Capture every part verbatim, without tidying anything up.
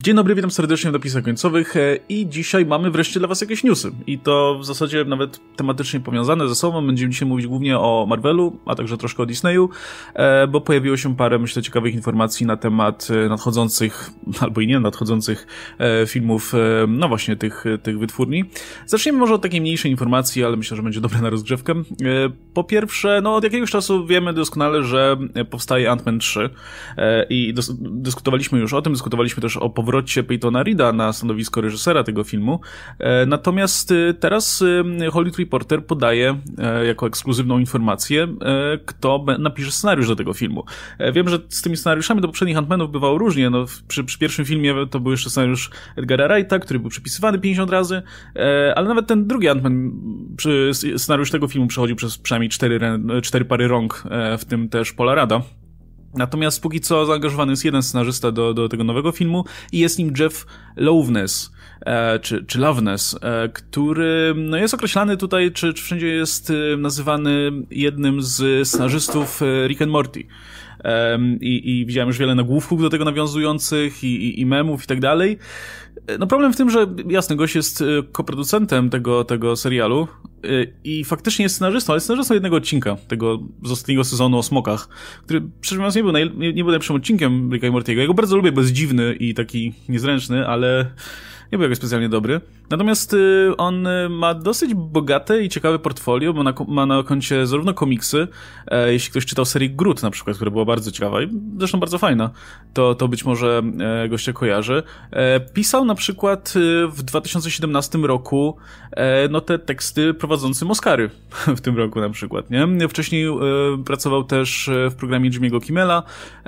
Dzień dobry, witam serdecznie w napisach końcowych i dzisiaj mamy wreszcie dla was jakieś newsy. I to w zasadzie nawet tematycznie powiązane ze sobą. Będziemy dzisiaj mówić głównie o Marvelu, a także troszkę o Disneyu, bo pojawiło się parę, myślę, ciekawych informacji na temat nadchodzących, albo i nie nadchodzących filmów, no właśnie tych, tych wytwórni. Zacznijmy może od takiej mniejszej informacji, ale myślę, że będzie dobre na rozgrzewkę. Po pierwsze, no od jakiegoś czasu wiemy doskonale, że powstaje Ant-Man trzy i dys- dyskutowaliśmy już o tym, dyskutowaliśmy też o powrocie Peytona Reeda na stanowisko reżysera tego filmu. Natomiast teraz Hollywood Reporter podaje jako ekskluzywną informację, kto napisze scenariusz do tego filmu. Wiem, że z tymi scenariuszami do poprzednich Ant-Manów bywało różnie. No, przy, przy pierwszym filmie to był jeszcze scenariusz Edgara Wrighta, który był przepisywany pięćdziesiąt razy, ale nawet ten drugi Ant-Man, scenariusz tego filmu przechodził przez przynajmniej cztery, cztery pary rąk, w tym też Paula Rudda. Natomiast póki co zaangażowany jest jeden scenarzysta do, do tego nowego filmu i jest nim Jeff Loveness, e, czy, czy Loveness, e, który no jest określany tutaj, czy, czy wszędzie jest e, nazywany jednym z scenarzystów e, Rick and Morty. Um, i, I widziałem już wiele nagłówków do tego nawiązujących i, i, i memów i tak dalej. No problem w tym, że jasne, gość jest koproducentem tego, tego serialu i faktycznie jest scenarzystą, ale scenarzystą jednego odcinka tego z ostatniego sezonu o smokach, który przecież mówiąc nie był, naj, nie, nie był najlepszym odcinkiem Ricka i Mortiego. Ja go bardzo lubię, bo jest dziwny i taki niezręczny, ale nie był jakoś specjalnie dobry. Natomiast y, on ma dosyć bogate i ciekawe portfolio, bo na, ma na koncie zarówno komiksy, e, jeśli ktoś czytał serię Groot na przykład, która była bardzo ciekawa i zresztą bardzo fajna, to, to być może e, gościa kojarzy. E, pisał na przykład e, w dwa tysiące siedemnastym roku e, no te teksty prowadzącym Oscary w tym roku na przykład, nie? Wcześniej e, pracował też w programie Jimmy'ego Kimmela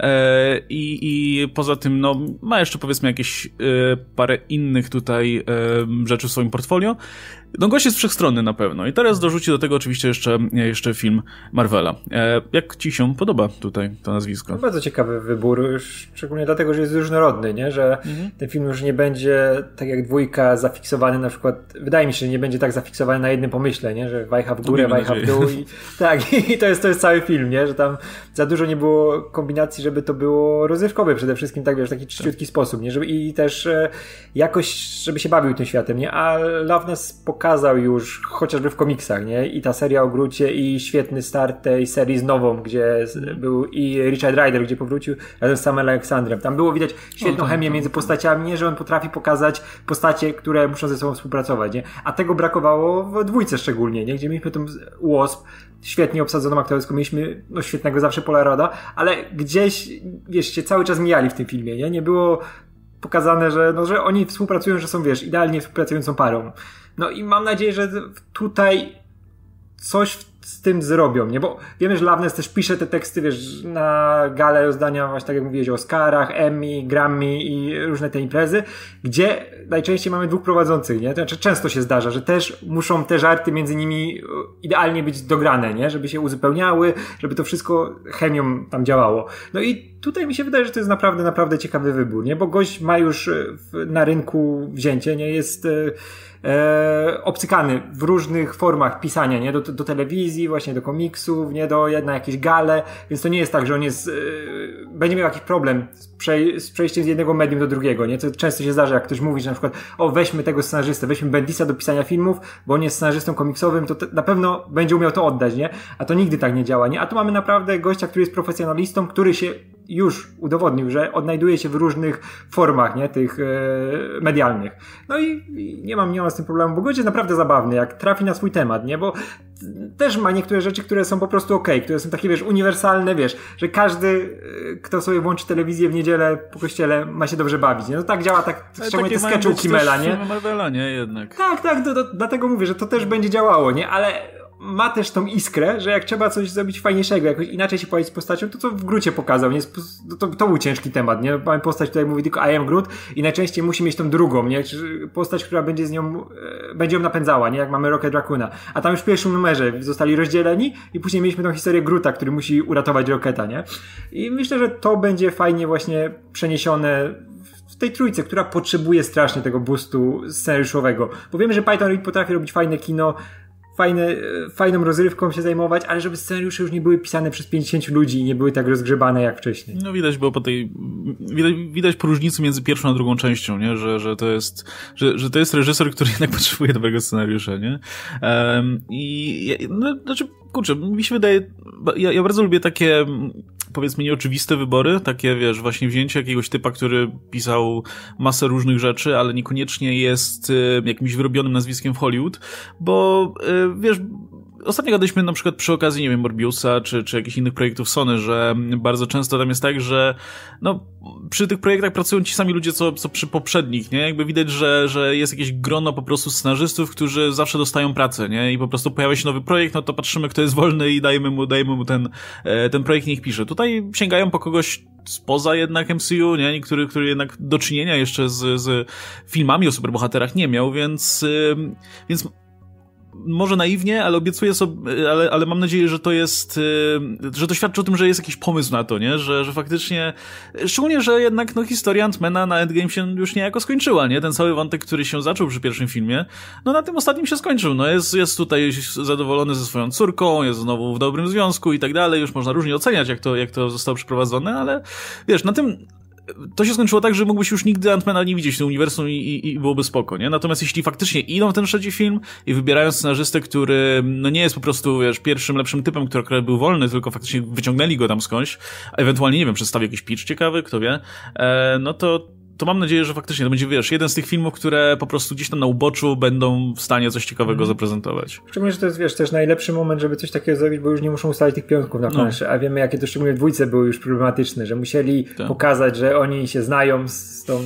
e, i, i poza tym no ma jeszcze powiedzmy jakieś e, parę innych tutaj e, rzeczy w swoim portfolio. No gość jest wszechstronny na pewno. I teraz dorzuci do tego oczywiście jeszcze, jeszcze film Marvela. E, jak ci się podoba tutaj to nazwisko? No bardzo ciekawy wybór, szczególnie dlatego, że jest różnorodny, nie? Że mhm. ten film już nie będzie tak jak dwójka zafiksowany na przykład, wydaje mi się, że nie będzie tak zafiksowany na jednym pomyśle, nie? Że wajcha w górę, wajcha w dół i tak, i to jest, to jest cały film, nie? Że tam za dużo nie było kombinacji, żeby to było rozrywkowe przede wszystkim, tak wiesz, w taki czyściutki tak. sposób, nie? Żeby, i też e, jakoś, żeby się bawił tym światem, nie? A Loveness pokazał już chociażby w komiksach, nie? I ta seria o Groocie i świetny start tej serii z nową, gdzie był i Richard Rider, gdzie powrócił razem z Samuelem Alexandrem. Tam było widać świetną o, chemię między postaciami, nie? Że on potrafi pokazać postacie, które muszą ze sobą współpracować, nie? A tego brakowało w dwójce szczególnie, nie? Gdzie mieliśmy tą Wasp, świetnie obsadzoną aktorską, mieliśmy no, świetnego zawsze Paula Rudda, ale gdzieś, wiesz, się cały czas mijali w tym filmie, nie? Nie było pokazane, że, no, że oni współpracują, że są, wiesz, idealnie współpracującą parą. No i mam nadzieję, że tutaj coś z tym zrobią, nie? Bo wiemy, że Loveness też pisze te teksty, wiesz, na gale rozdania, właśnie tak jak mówiłeś o Oscarach, Emmy, Grammy i różne te imprezy, gdzie najczęściej mamy dwóch prowadzących, nie? To znaczy często się zdarza, że też muszą te żarty między nimi idealnie być dograne, nie? Żeby się uzupełniały, żeby to wszystko chemią tam działało. No i tutaj mi się wydaje, że to jest naprawdę, naprawdę ciekawy wybór, nie? Bo gość ma już na rynku wzięcie, nie? Jest e, obcykany w różnych formach pisania, nie? Do, do telewizji, właśnie do komiksów, nie? Do, na jakieś gale, więc to nie jest tak, że on jest, e, będzie miał jakiś problem z, przej- z przejściem z jednego medium do drugiego, nie? To często się zdarza, jak ktoś mówi, że na przykład o, weźmy tego scenarzystę, weźmy Bendisa do pisania filmów, bo on jest scenarzystą komiksowym, to te, na pewno będzie umiał to oddać, nie? A to nigdy tak nie działa, nie? A tu mamy naprawdę gościa, który jest profesjonalistą, który się już udowodnił, że odnajduje się w różnych formach, nie, tych e, medialnych. No i, i nie mam, nie mam z tym problemu, bo gość jest naprawdę zabawny, jak trafi na swój temat, nie, bo też ma niektóre rzeczy, które są po prostu okej, okay, które są takie, wiesz, uniwersalne, wiesz, że każdy, kto sobie włączy telewizję w niedzielę po kościele, ma się dobrze bawić, nie? No tak działa, tak, szczególnie te skecze u Kimmela, nie? Marvela, nie, jednak. Tak, tak, do, do, dlatego mówię, że to też będzie działało, nie, ale ma też tą iskrę, że jak trzeba coś zrobić fajniejszego, jakoś inaczej się pojawić z postacią, to co w Groocie pokazał, nie? To, to był ciężki temat, nie? Mamy postać, która mówi tylko I am Groot i najczęściej musi mieć tą drugą, nie? Postać, która będzie z nią, e, będzie ją napędzała, nie? Jak mamy Rocket Raccoona. A tam już w pierwszym numerze zostali rozdzieleni i później mieliśmy tą historię Groota, który musi uratować Rocketa, nie? I myślę, że to będzie fajnie właśnie przeniesione w tej trójce, która potrzebuje strasznie tego boostu scenariuszowego. Bo wiemy, że Peyton Reed potrafi robić fajne kino fajne, fajną rozrywką się zajmować, ale żeby scenariusze już nie były pisane przez pięćdziesięciu ludzi i nie były tak rozgrzebane jak wcześniej. No widać było po tej, widać, widać po różnicy między pierwszą a drugą częścią, nie? Że, że to jest, że, że to jest reżyser, który jednak potrzebuje dobrego scenariusza, nie? Um, I, no, znaczy, kurczę, mi się wydaje, ja, ja bardzo lubię takie, powiedzmy, nieoczywiste wybory, takie, wiesz, właśnie wzięcie jakiegoś typa, który pisał masę różnych rzeczy, ale niekoniecznie jest y, jakimś wyrobionym nazwiskiem w Hollywood, bo, y, wiesz, ostatnio gadaliśmy na przykład przy okazji, nie wiem, Morbiusa, czy, czy jakichś innych projektów Sony, że bardzo często tam jest tak, że no, przy tych projektach pracują ci sami ludzie, co, co przy poprzednich, nie? Jakby widać, że, że jest jakieś grono po prostu scenarzystów, którzy zawsze dostają pracę, nie? I po prostu pojawia się nowy projekt, no to patrzymy, kto jest wolny i dajemy mu, dajemy mu ten, ten projekt, niech pisze. Tutaj sięgają po kogoś spoza jednak M C U, nie? Który, który jednak do czynienia jeszcze z, z filmami o superbohaterach nie miał, więc, więc może naiwnie, ale obiecuję sobie, ale, ale mam nadzieję, że to jest, że to świadczy o tym, że jest jakiś pomysł na to, nie? Że, że faktycznie, szczególnie, że jednak, no, historia Ant-Mana na Endgame się już niejako skończyła, nie? Ten cały wątek, który się zaczął przy pierwszym filmie, no na tym ostatnim się skończył, no jest, jest tutaj zadowolony ze swoją córką, jest znowu w dobrym związku i tak dalej, już można różnie oceniać, jak to, jak to zostało przeprowadzone, ale wiesz, na tym to się skończyło tak, że mógłbyś już nigdy Ant-Mana nie widzieć w tym uniwersum i, i, i byłoby spoko, nie? Natomiast jeśli faktycznie idą w ten trzeci film i wybierają scenarzystę, który no nie jest po prostu, wiesz, pierwszym lepszym typem, który akurat był wolny, tylko faktycznie wyciągnęli go tam skądś, a ewentualnie, nie wiem, przedstawi jakiś pitch ciekawy, kto wie, e, no to to mam nadzieję, że faktycznie to będzie, wiesz, jeden z tych filmów, które po prostu gdzieś tam na uboczu będą w stanie coś ciekawego mm. zaprezentować. Szczególnie, że to jest, wiesz, też najlepszy moment, żeby coś takiego zrobić, bo już nie muszą ustalić tych piątków na planszy, no. A wiemy, jakie to szczególnie w dwójce były już problematyczne, że musieli tak. pokazać, że oni się znają z tą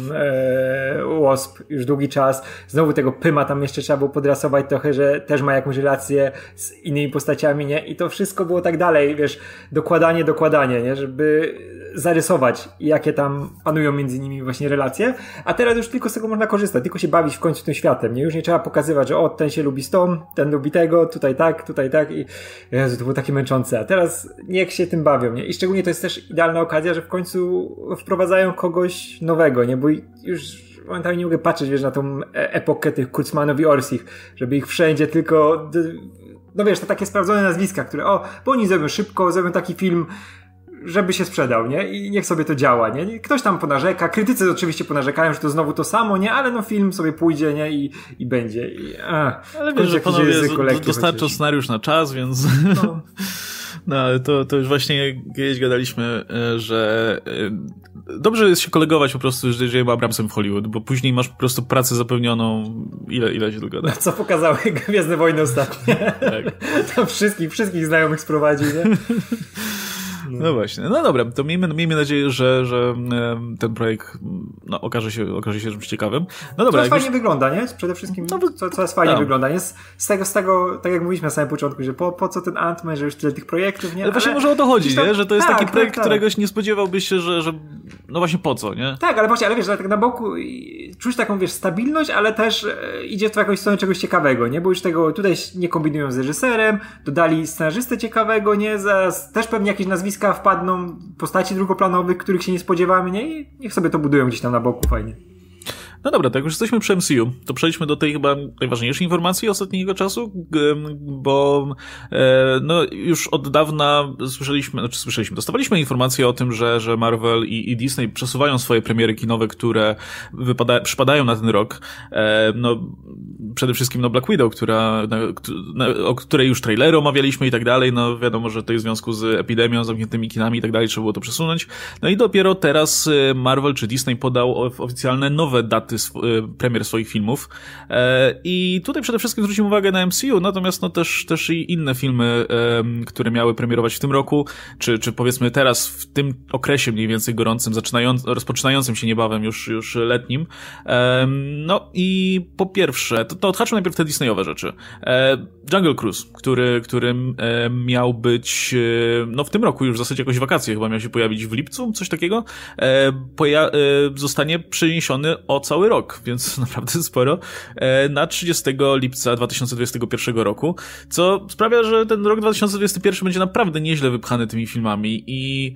e, Wasp już długi czas. Znowu tego Pyma tam jeszcze trzeba było podrasować trochę, że też ma jakąś relację z innymi postaciami, nie? I to wszystko było tak dalej, wiesz, dokładanie, dokładanie, nie? Żeby zarysować, jakie tam panują między nimi właśnie relacje, a teraz już tylko z tego można korzystać, tylko się bawić w końcu tym światem, nie? Już nie trzeba pokazywać, że o, ten się lubi z tą, ten lubi tego, tutaj tak, tutaj tak i Jezu, to było takie męczące, a teraz niech się tym bawią, nie? I szczególnie to jest też idealna okazja, że w końcu wprowadzają kogoś nowego, nie? Bo już momentami nie mogę patrzeć, wiesz, na tą epokę tych Kurtzmanów i Orsich, żeby ich wszędzie tylko, no wiesz, to takie sprawdzone nazwiska, które o, bo oni zrobią szybko, zrobią taki film, żeby się sprzedał, nie? I niech sobie to działa, nie? Ktoś tam ponarzeka, krytycy oczywiście ponarzekają, że to znowu to samo, nie? Ale no film sobie pójdzie, nie? I, i będzie. I, a, ale wiesz, że panowie dostarczą scenariusz na czas, więc... No. No, ale to, to już właśnie kiedyś gadaliśmy, że dobrze jest się kolegować po prostu z J J Abramsem w Hollywood, bo później masz po prostu pracę zapewnioną ile, ile się tylko da. Co pokazały Gwiezdne Wojny ostatnie. Tak. Tam wszystkich, wszystkich znajomych sprowadził, nie? No. no właśnie, no dobra, to miejmy, miejmy nadzieję, że, że ten projekt no, okaże się, okaże się czymś ciekawym. No dobra. Coraz fajnie już... wygląda, nie? Przede wszystkim no, co, coraz fajnie tam. wygląda, nie? Z, z, tego, z tego, tak jak mówiliśmy na samym początku, że po, po co ten Ant-Man, że już tyle tych projektów, nie? Ale właśnie może o to chodzi, tam... nie? Że to jest tak, taki projekt, tak, tak. którego nie spodziewałbyś się, że, że no właśnie po co, nie? Tak, ale właśnie, ale wiesz, że tak na boku czuć taką, wiesz, stabilność, ale też idzie w jakąś stronę czegoś ciekawego, nie? Bo już tego tutaj nie kombinują z reżyserem, dodali scenarzystę ciekawego, nie? Zaraz też pewnie jakieś nazwiska wpadną, postaci drugoplanowych, których się nie spodziewamy, nie? I niech sobie to budują gdzieś tam na boku, fajnie. No dobra, tak już jesteśmy przy M C U, to przejdźmy do tej chyba najważniejszej informacji ostatniego czasu, bo no już od dawna słyszeliśmy, znaczy słyszeliśmy, dostawaliśmy informacje o tym, że, że Marvel i, i Disney przesuwają swoje premiery kinowe, które wypada, przypadają na ten rok. No przede wszystkim no Black Widow, która, na, na, o której już trailery omawialiśmy i tak dalej, no wiadomo, że to jest w związku z epidemią, zamkniętymi kinami i tak dalej, trzeba było to przesunąć. No i dopiero teraz Marvel czy Disney podał oficjalne nowe daty premier swoich filmów. I tutaj przede wszystkim zwrócimy uwagę na M C U, natomiast no też, też i inne filmy, które miały premierować w tym roku, czy, czy powiedzmy teraz w tym okresie mniej więcej gorącym, zaczynającym, rozpoczynającym się niebawem już, już letnim. No i po pierwsze, to, to odhaczmy najpierw te Disneyowe rzeczy. Jungle Cruise, który, który miał być no w tym roku już w zasadzie jakoś wakacje, chyba miał się pojawić w lipcu, coś takiego, poja- zostanie przeniesiony o cały rok, więc naprawdę sporo, na trzydziestego lipca dwa tysiące dwudziestego pierwszego roku, co sprawia, że ten rok dwa tysiące dwudziesty pierwszy będzie naprawdę nieźle wypchany tymi filmami i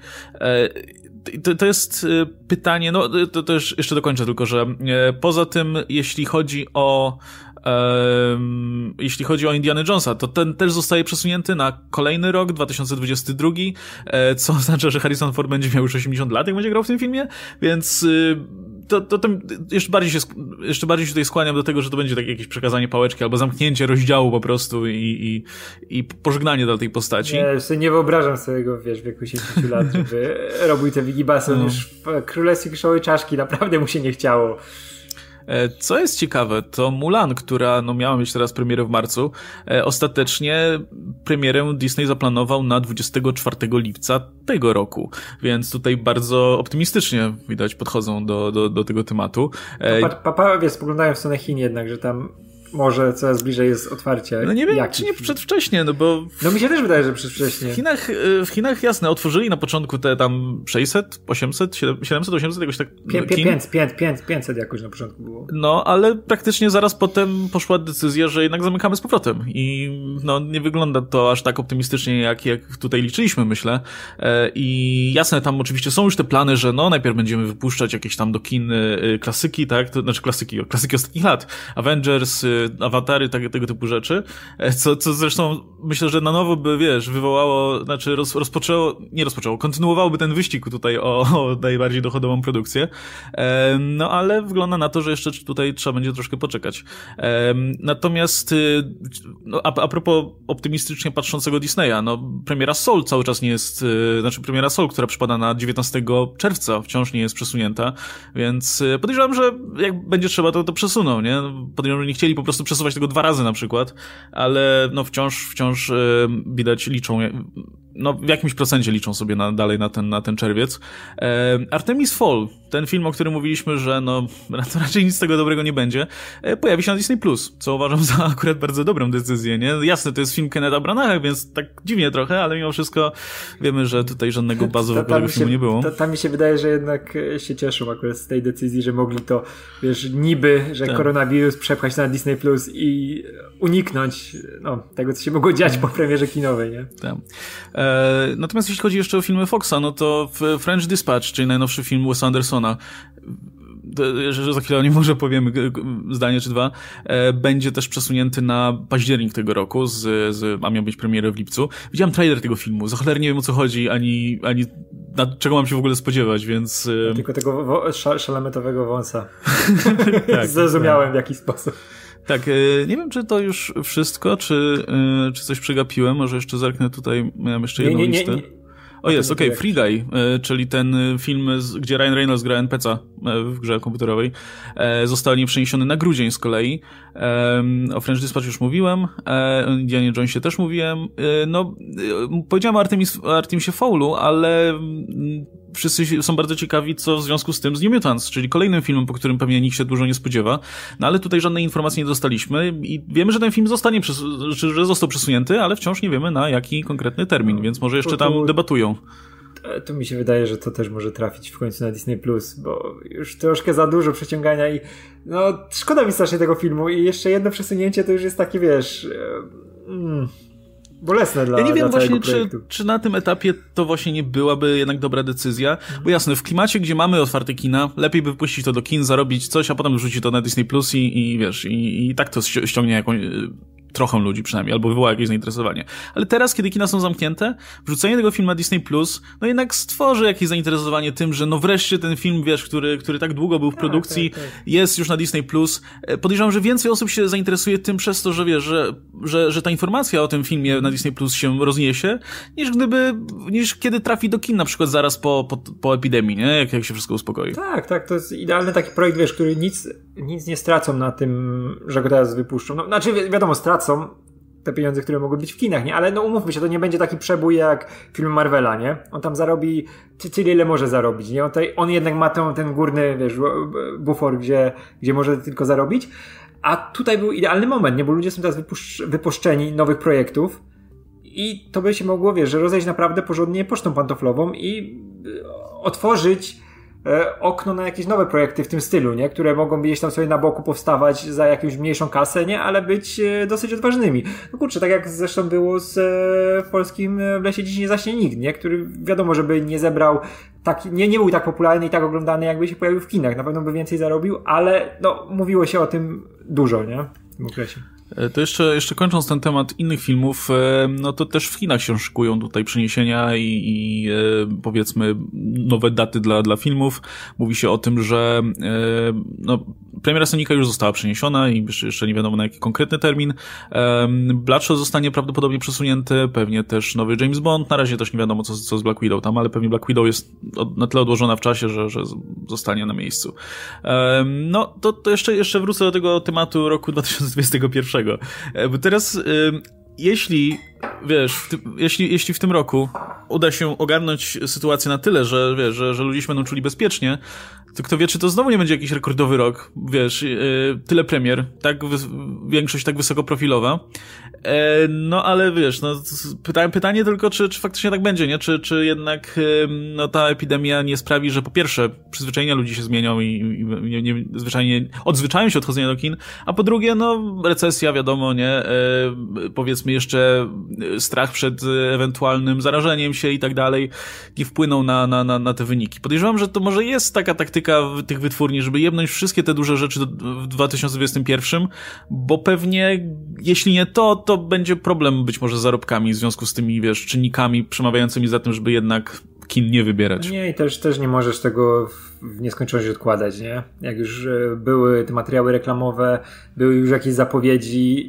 to, to jest pytanie, no to, to już jeszcze dokończę tylko, że poza tym, jeśli chodzi o Um, jeśli chodzi o Indiana Jonesa, to ten też zostaje przesunięty na kolejny rok, dwa tysiące dwudziesty drugi, e, co oznacza, że Harrison Ford będzie miał już osiemdziesiąt lat, jak będzie grał w tym filmie, więc y, to, to, to jeszcze bardziej się jeszcze bardziej się tutaj skłaniam do tego, że to będzie takie jakieś przekazanie pałeczki albo zamknięcie rozdziału po prostu i, i, i pożegnanie dla tej postaci. Nie, sobie nie wyobrażam sobie go, wiesz, w wieku osiemdziesięciu lat, żeby robił te wigibasy. On no. już w Królestwie Krzyżowej Czaszki naprawdę mu się nie chciało. Co jest ciekawe, to Mulan, która no, miała mieć teraz premierę w marcu, e, ostatecznie premierę Disney zaplanował na dwudziestego czwartego lipca tego roku, więc tutaj bardzo optymistycznie widać podchodzą do, do, do tego tematu. E, no, pa, pa, wiesz, spoglądają w stronę Chin jednak, że tam może coraz bliżej jest otwarcie. No nie wiem, Jaki? czy nie przedwcześnie, no bo... No mi się też wydaje, że przedwcześnie. W Chinach, w Chinach jasne, otworzyli na początku te tam sześćset, osiemset, siedemset, osiemset, jakoś tak... pięćset jakoś na początku było. No, ale praktycznie zaraz potem poszła decyzja, że jednak zamykamy z powrotem i no nie wygląda to aż tak optymistycznie, jak, jak tutaj liczyliśmy, myślę. I jasne, tam oczywiście są już te plany, że no najpierw będziemy wypuszczać jakieś tam do kin klasyki, tak? To znaczy klasyki, klasyki ostatnich lat. Avengers, awatary, tak, tego typu rzeczy, co, co zresztą myślę, że na nowo by, wiesz, wywołało, znaczy roz, rozpoczęło, nie rozpoczęło, kontynuowałoby ten wyścig tutaj o, o najbardziej dochodową produkcję, e, no ale wygląda na to, że jeszcze tutaj trzeba będzie troszkę poczekać. E, natomiast no, a, a propos optymistycznie patrzącego Disneya, no premiera Soul cały czas nie jest, e, znaczy premiera Soul, która przypada na dziewiętnastego czerwca, wciąż nie jest przesunięta, więc podejrzewam, że jak będzie trzeba, to to przesuną, nie? Podejrzewam, że nie chcieli po prostu przesuwać tego dwa razy na przykład, ale no wciąż, wciąż e, widać liczą, no w jakimś procencie liczą sobie na, dalej na ten, na ten czerwiec. E, Artemis Fall, ten film, o którym mówiliśmy, że no to raczej nic z tego dobrego nie będzie, e, pojawi się na Disney Plus, co uważam za akurat bardzo dobrą decyzję, nie? Jasne, to jest film Kennetha Branacha, więc tak dziwnie trochę, ale mimo wszystko wiemy, że tutaj żadnego bazowego tego filmu nie było. Tam mi się wydaje, że jednak się cieszą akurat z tej decyzji, że mogli to, wiesz, niby, że tak. koronawirus przepchać na Disney Plus i uniknąć no, tego, co się mogło dziać po premierze kinowej, nie? Tak. E, natomiast jeśli chodzi jeszcze o filmy Foxa, no to w French Dispatch, czyli najnowszy film Wesa Andersona, że za chwilę o nim może powiemy zdanie czy dwa, e, będzie też przesunięty na październik tego roku, z, z, a miał być premierę w lipcu. Widziałem trailer tego filmu, za cholernie nie wiem o co chodzi, ani, ani na czego mam się w ogóle spodziewać, więc... E... Tylko tego wo- szal- szalametowego wąsa. tak, Zrozumiałem tak. w jaki sposób. Tak, nie wiem, czy to już wszystko, czy, czy coś przegapiłem, może jeszcze zerknę tutaj, miałem jeszcze jedną nie, nie, listę. Nie, nie. O jest, okej, okay, Free Guy, czyli ten film, gdzie Ryan Reynolds gra en pe ce a w grze komputerowej, zostanie przeniesiony na grudzień z kolei. O French Dispatch już mówiłem, o Indianie Jonesie też mówiłem. No, powiedziałem o Artemis, Artemisie Fowlu, ale wszyscy są bardzo ciekawi, co w związku z tym z New Mutants, czyli kolejnym filmem, po którym pewnie nikt się dużo nie spodziewa. No ale tutaj żadnej informacji nie dostaliśmy i wiemy, że ten film zostanie, przes- że został przesunięty, ale wciąż nie wiemy na jaki konkretny termin, więc może jeszcze tam debatują. To mi się wydaje, że to też może trafić w końcu na Disney Plus, bo już troszkę za dużo przeciągania i no szkoda mi strasznie tego filmu i jeszcze jedno przesunięcie to już jest takie, wiesz... Mm. bolesne dla, ja nie wiem dla właśnie, czy, czy na tym etapie to właśnie nie byłaby jednak dobra decyzja, bo jasne, w klimacie, gdzie mamy otwarte kina, lepiej by wpuścić to do kin, zarobić coś, a potem wrzucić to na Disney Plus i, i wiesz, i, i tak to ściągnie jakąś... trochę ludzi przynajmniej, albo wywoła jakieś zainteresowanie. Ale teraz, kiedy kina są zamknięte, wrzucenie tego filmu na Disney Plus, no jednak stworzy jakieś zainteresowanie tym, że no wreszcie ten film, wiesz, który, który tak długo był w produkcji, tak, tak, tak. jest już na Disney Plus. Podejrzewam, że więcej osób się zainteresuje tym przez to, że wiesz, że, że, że ta informacja o tym filmie na Disney Plus się rozniesie, niż gdyby, niż kiedy trafi do kin, na przykład zaraz po, po, po epidemii, nie? Jak, jak się wszystko uspokoi. Tak, tak, to jest idealny taki projekt, wiesz, który nic, nic nie stracą na tym, że go teraz wypuszczą. No, znaczy, wi- wiadomo, stracą te pieniądze, które mogły być w kinach, nie? Ale no umówmy się, to nie będzie taki przebój jak film Marvela, nie? On tam zarobi tyle, ile może zarobić, nie? On, tutaj, on jednak ma ten, ten górny, wiesz, bufor, gdzie, gdzie może tylko zarobić. A tutaj był idealny moment, nie? Bo ludzie są teraz wypuszcz- wypuszczeni nowych projektów i to by się mogło, wiesz, że rozejść naprawdę porządnie pocztą pantoflową i otworzyć okno na jakieś nowe projekty w tym stylu, nie? Które mogą gdzieś tam sobie na boku powstawać za jakąś mniejszą kasę, nie? Ale być dosyć odważnymi. No kurczę, tak jak zresztą było z e, polskim W lesie dziś nie zaśnie nikt, nie? Który wiadomo, żeby nie zebrał tak, nie, nie był tak popularny i tak oglądany, jakby się pojawił w kinach. Na pewno by więcej zarobił, ale no, mówiło się o tym dużo, nie? w tym okresie. To jeszcze, jeszcze kończąc ten temat innych filmów, no to też w Chinach się szykują tutaj przeniesienia i, i powiedzmy nowe daty dla, dla filmów. Mówi się o tym, że no, premiera Sonika już została przeniesiona i jeszcze nie wiadomo na jaki konkretny termin. Bloodshot zostanie prawdopodobnie przesunięty, pewnie też nowy James Bond. Na razie też nie wiadomo co, co z Black Widow tam, ale pewnie Black Widow jest na tyle odłożona w czasie, że, że zostanie na miejscu. No to, to jeszcze, jeszcze wrócę do tego tematu roku dwa tysiące dwudziestego pierwszego. Bo teraz, y, jeśli, wiesz, w ty, jeśli, jeśli w tym roku uda się ogarnąć sytuację na tyle, że, wiesz, że, że ludzie się będą czuli bezpiecznie, to kto wie, czy to znowu nie będzie jakiś rekordowy rok, wiesz, y, tyle premier, tak, wy, większość tak wysokoprofilowa, e, no ale wiesz, no pytałem pytanie tylko, czy, czy faktycznie tak będzie, nie, czy, czy jednak y, no ta epidemia nie sprawi, że po pierwsze przyzwyczajenia ludzi się zmienią i, i nie, nie, zwyczajnie odzwyczają się od chodzenia do kin, a po drugie, no recesja, wiadomo, nie, e, powiedzmy jeszcze strach przed ewentualnym zarażeniem się i tak dalej, nie wpłyną na, na, na, na te wyniki. Podejrzewam, że to może jest taka taktyka tych wytwórni, żeby jebnąć wszystkie te duże rzeczy do, w dwa tysiące dwudziestym pierwszym, bo pewnie jeśli nie to, to będzie problem być może z zarobkami w związku z tymi, wiesz, czynnikami przemawiającymi za tym, żeby jednak kin nie wybierać. Nie, i też, też nie możesz tego w nieskończoność odkładać, nie? Jak już były te materiały reklamowe, były już jakieś zapowiedzi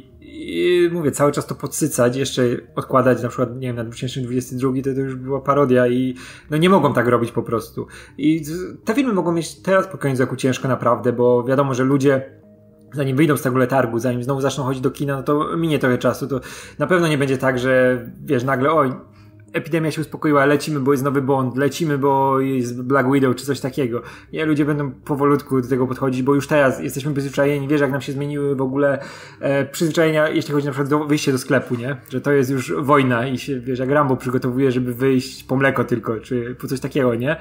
i mówię, cały czas to podsycać, jeszcze odkładać na przykład, nie wiem, na dwa tysiące dwudziesty drugi to, to już była parodia i no nie mogą tak robić po prostu. I te filmy mogą mieć teraz po koniec roku ciężko naprawdę, bo wiadomo, że ludzie zanim wyjdą z tego letargu, zanim znowu zaczną chodzić do kina, no to minie trochę czasu, to na pewno nie będzie tak, że wiesz, nagle oj, epidemia się uspokoiła, lecimy, bo jest nowy Bond, lecimy, bo jest Black Widow, czy coś takiego. Nie, ludzie będą powolutku do tego podchodzić, bo już teraz jesteśmy przyzwyczajeni, wiesz, jak nam się zmieniły w ogóle e, przyzwyczajenia, jeśli chodzi na przykład o wyjście do sklepu, nie? Że to jest już wojna i się, wiesz, jak Rambo przygotowuje, żeby wyjść po mleko tylko, czy po coś takiego, nie?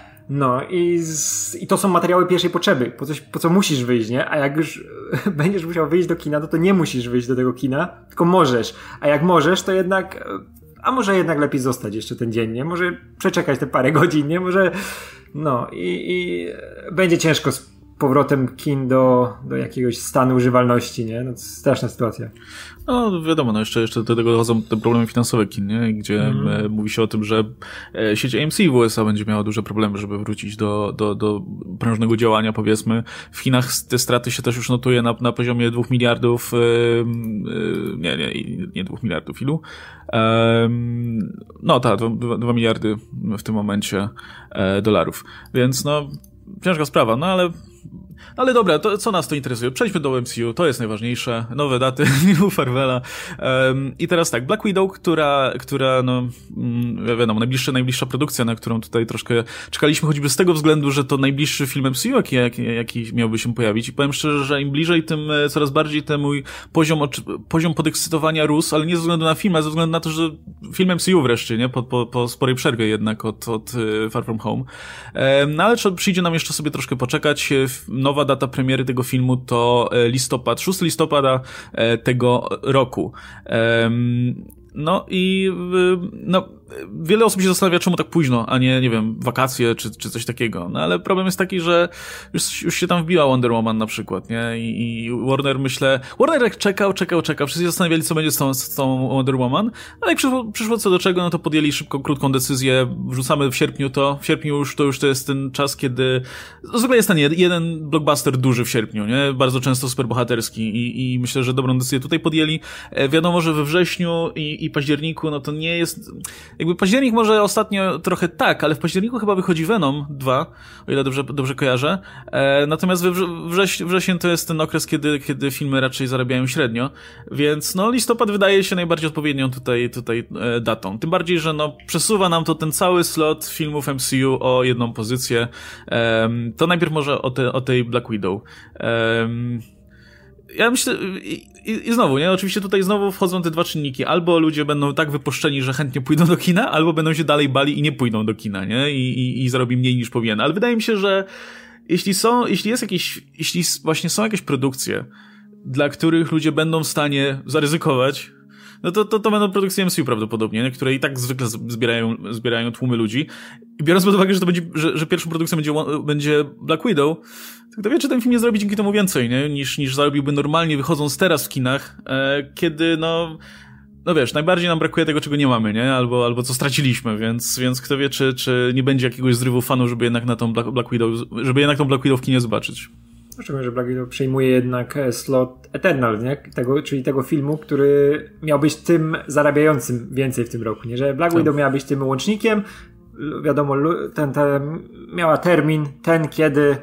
No i, z, i to są materiały pierwszej potrzeby, po, coś, po co musisz wyjść, nie? A jak już będziesz musiał wyjść do kina, no to nie musisz wyjść do tego kina, tylko możesz. A jak możesz, to jednak... A może jednak lepiej zostać jeszcze ten dzień, nie? Może przeczekać te parę godzin, nie? Może, no i, i będzie ciężko z powrotem kin do, do jakiegoś stanu używalności, nie? No straszna sytuacja. No wiadomo, no jeszcze, jeszcze do tego dochodzą te problemy finansowe kin, nie? Gdzie mm. e, mówi się o tym, że e, sieć A M C w U S A będzie miała duże problemy, żeby wrócić do, do, do prężnego działania, powiedzmy. W Chinach te straty się też już notuje na, na poziomie dwóch miliardów, e, e, nie, nie, nie dwóch miliardów, ilu? E, no tak, dwa, dwa miliardy w tym momencie e, dolarów. Więc no, ciężka sprawa, no ale Ale dobra, to co nas to interesuje? Przejdźmy do M C U, to jest najważniejsze. Nowe daty, filmów Marvela. Um, I teraz tak, Black Widow, która, która no, mm, wiadomo, najbliższa, najbliższa produkcja, na którą tutaj troszkę czekaliśmy, choćby z tego względu, że to najbliższy film M C U, jaki, jaki, jaki miałby się pojawić. I powiem szczerze, że im bliżej, tym coraz bardziej ten mój poziom, poziom podekscytowania rósł, ale nie ze względu na film, ale ze względu na to, że film M C U wreszcie, nie? Po, po, po sporej przerwie jednak od, od Far From Home. Um, no ale trzeba, przyjdzie nam jeszcze sobie troszkę poczekać. Nowa data premiery tego filmu to listopad, szóstego listopada tego roku. No i no, wiele osób się zastanawia, czemu tak późno, a nie, nie wiem, wakacje czy, czy coś takiego. No ale problem jest taki, że już, już się tam wbiła Wonder Woman na przykład, nie? I, i Warner, myślę, Warner jak czekał, czekał, czekał, wszyscy się zastanawiali, co będzie z tą, z tą Wonder Woman, ale jak przyszło, przyszło co do czego, no to podjęli szybką, krótką decyzję, wrzucamy w sierpniu to, w sierpniu już to już to jest ten czas, kiedy zwykle jest ten jeden blockbuster duży w sierpniu, nie? Bardzo często superbohaterski i, i myślę, że dobrą decyzję tutaj podjęli. E, wiadomo, że we wrześniu i, i październiku, no to nie jest... Jakby październik może ostatnio trochę tak, ale w październiku chyba wychodzi Venom dwa, o ile dobrze, dobrze kojarzę. E, natomiast we wrześ, wrzesień to jest ten okres, kiedy, kiedy filmy raczej zarabiają średnio, więc no listopad wydaje się najbardziej odpowiednią tutaj, tutaj e, datą. Tym bardziej, że no przesuwa nam to ten cały slot filmów M C U o jedną pozycję. E, to najpierw może o, te, o tej Black Widow. E, Ja myślę, i, i, i znowu, nie? Oczywiście tutaj znowu wchodzą te dwa czynniki. Albo ludzie będą tak wypuszczeni, że chętnie pójdą do kina, albo będą się dalej bali i nie pójdą do kina, nie? I, i, i zarobi mniej niż powinien. Ale wydaje mi się, że jeśli są, jeśli jest jakieś, jeśli właśnie są jakieś produkcje, dla których ludzie będą w stanie zaryzykować, no to, to, to będą produkcje M C U prawdopodobnie, które i tak zwykle zbierają, zbierają tłumy ludzi. I biorąc pod uwagę, że to będzie, że, że pierwszą produkcją będzie, będzie Black Widow, to kto wie, czy ten film nie zrobi dzięki temu więcej, nie? Niż, niż zarobiłby normalnie wychodząc teraz w kinach, e, kiedy no... No wiesz, najbardziej nam brakuje tego, czego nie mamy, nie? Albo, albo co straciliśmy, więc, więc kto wie, czy, czy nie będzie jakiegoś zrywu fanów, żeby jednak na tą Black, Black Widow, żeby jednak tą Black Widow w kinie zobaczyć. Szczególnie, że Black Widow przejmuje jednak slot Eternal, nie? Tego, czyli tego filmu, który miał być tym zarabiającym więcej w tym roku, nie? Że Black tak. Widow miała być tym łącznikiem, wiadomo, ten, ten, miała termin, ten, kiedy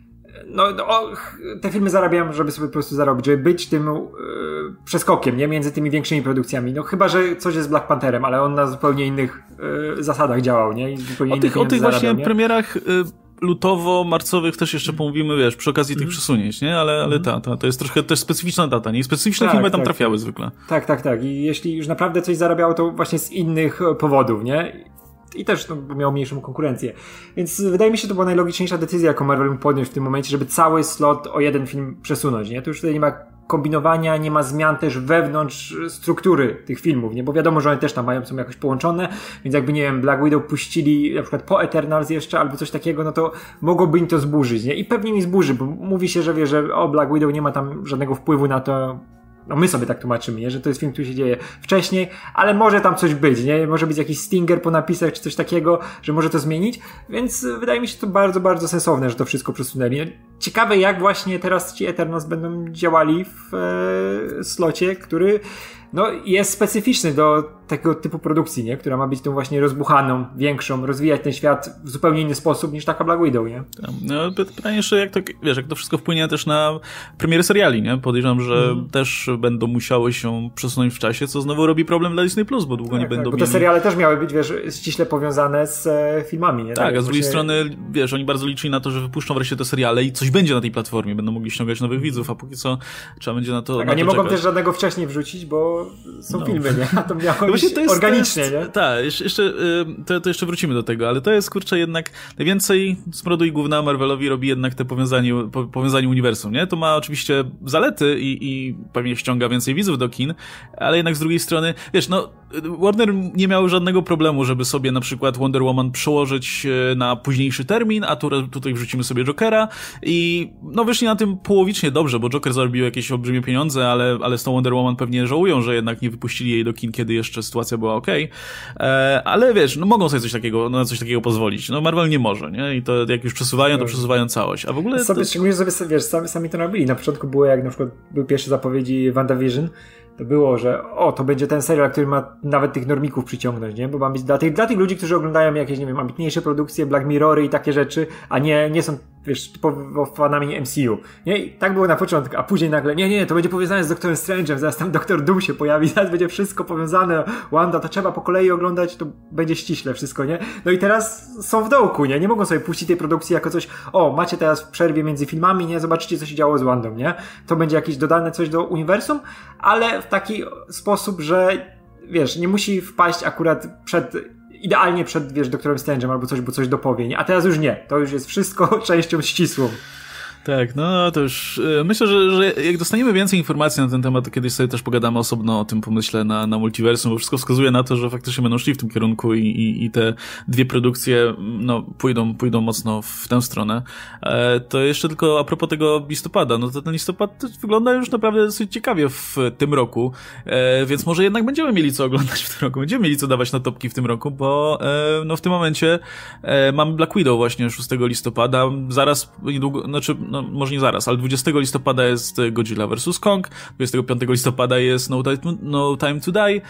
no, no, te filmy zarabiają, żeby sobie po prostu zarobić, żeby być tym yy, przeskokiem, nie? Między tymi większymi produkcjami. No chyba, że coś jest z Black Pantherem, ale on na zupełnie innych yy, zasadach działał, nie? I zupełnie o tych, o tych zarabiał, właśnie nie? premierach yy, lutowo-marcowych też jeszcze pomówimy, wiesz, przy okazji mm. tych przesunięć, nie? Ale, ale ta, ta, to jest trochę też specyficzna data, nie? I specyficzne tak, filmy tam tak, trafiały tak. zwykle. Tak, tak, tak. I jeśli już naprawdę coś zarabiało, to właśnie z innych powodów, nie? I też no, miał mniejszą konkurencję. Więc wydaje mi się, to była najlogiczniejsza decyzja, jaką Marvel mógł podjąć w tym momencie, żeby cały slot o jeden film przesunąć, nie? To już tutaj nie ma kombinowania, nie ma zmian też wewnątrz struktury tych filmów, nie? Bo wiadomo, że one też tam mają, są jakoś połączone, więc jakby, nie wiem, Black Widow puścili na przykład po Eternals jeszcze, albo coś takiego, no to mogłoby im to zburzyć, nie? I pewnie mi zburzy, bo mówi się, że wie, że o, Black Widow nie ma tam żadnego wpływu na to. No my sobie tak tłumaczymy, nie? Że to jest film, który się dzieje wcześniej, ale może tam coś być, nie? Może być jakiś stinger po napisach, czy coś takiego, że może to zmienić, więc wydaje mi się to bardzo, bardzo sensowne, że to wszystko przesunęli. Ciekawe, jak właśnie teraz ci Eternals będą działali w e, slocie, który no, jest specyficzny do tego typu produkcji, nie? Która ma być tą właśnie rozbuchaną, większą, rozwijać ten świat w zupełnie inny sposób niż taka Black Widow, nie? No, pytanie jeszcze, jak to, wiesz, jak to wszystko wpłynie też na premiery seriali, nie? Podejrzewam, że mm. też będą musiały się przesunąć w czasie, co znowu robi problem dla Disney Plus, bo długo tak, nie będą tak, bo mieli... te seriale też miały być, wiesz, ściśle powiązane z e, filmami, nie? Tak, tak, a z drugiej właśnie... strony, wiesz, oni bardzo liczyli na to, że wypuszczą wreszcie te seriale i coś będzie na tej platformie, będą mogli ściągać nowych widzów, a póki co trzeba będzie na to Tak, na a nie to mogą czekać. też żadnego wcześniej wrzucić, bo są no. filmy, nie? A to miało no być to jest, organicznie, to jest, nie? Tak, jeszcze, to, to jeszcze wrócimy do tego, ale to jest, kurczę, jednak najwięcej smrodu i gówna Marvelowi robi jednak te powiązanie, po, powiązanie uniwersum, nie? To ma oczywiście zalety i, i pewnie ściąga więcej widzów do kin, ale jednak z drugiej strony, wiesz, no, Warner nie miał żadnego problemu, żeby sobie na przykład Wonder Woman przełożyć na późniejszy termin, a tu, tutaj wrzucimy sobie Jokera i no wyszli na tym połowicznie dobrze, bo Joker zarobił jakieś olbrzymie pieniądze, ale, ale z tą Wonder Woman pewnie żałują, że jednak nie wypuścili jej do kin, kiedy jeszcze sytuacja była okej. Okay. E, ale wiesz, no mogą sobie coś takiego, na coś takiego pozwolić. No Marvel nie może, nie? I to jak już przesuwają, to przesuwają całość. A w ogóle... Sobie, to... Szczególnie sobie, wiesz, sami, sami to robili. Na początku było, jak na przykład były pierwsze zapowiedzi WandaVision, to było, że o, to będzie ten serial, który ma nawet tych normików przyciągnąć, nie? Bo ma być dla tych, dla tych ludzi, którzy oglądają jakieś, nie wiem, ambitniejsze produkcje, Black Mirory i takie rzeczy, a nie, nie są, wiesz, typowo fanami M C U, nie? I tak było na początku, a później nagle, nie, nie, to będzie powiązane z Doktorem Strange'em, zaraz tam Doktor Doom się pojawi, zaraz będzie wszystko powiązane, Wanda, to trzeba po kolei oglądać, to będzie ściśle wszystko, nie? No i teraz są w dołku, nie? Nie mogą sobie puścić tej produkcji jako coś, o, macie teraz w przerwie między filmami, nie? Zobaczycie, co się działo z Wandą, nie? To będzie jakieś dodane coś do uniwersum, ale w taki sposób, że wiesz, nie musi wpaść akurat przed, idealnie przed, wiesz, Doktorem Strange'em albo coś, bo coś dopowie, nie? A teraz już nie. To już jest wszystko częścią ścisłą. Tak, no to już yy, myślę, że, że jak dostaniemy więcej informacji na ten temat, to kiedyś sobie też pogadamy osobno o tym pomyśle na, na multiversum, bo wszystko wskazuje na to, że faktycznie będą szli w tym kierunku i, i, i te dwie produkcje no, pójdą, pójdą mocno w tę stronę. E, to jeszcze tylko a propos tego listopada, no to ten listopad wygląda już naprawdę dosyć ciekawie w tym roku, e, więc może jednak będziemy mieli co oglądać w tym roku, będziemy mieli co dawać na topki w tym roku, bo e, no w tym momencie e, mamy Black Widow właśnie szóstego listopada, zaraz niedługo, znaczy no może nie zaraz, ale dwudziestego listopada jest Godzilla versus. Kong, dwudziestego piątego listopada jest No Time to, no Time to Die,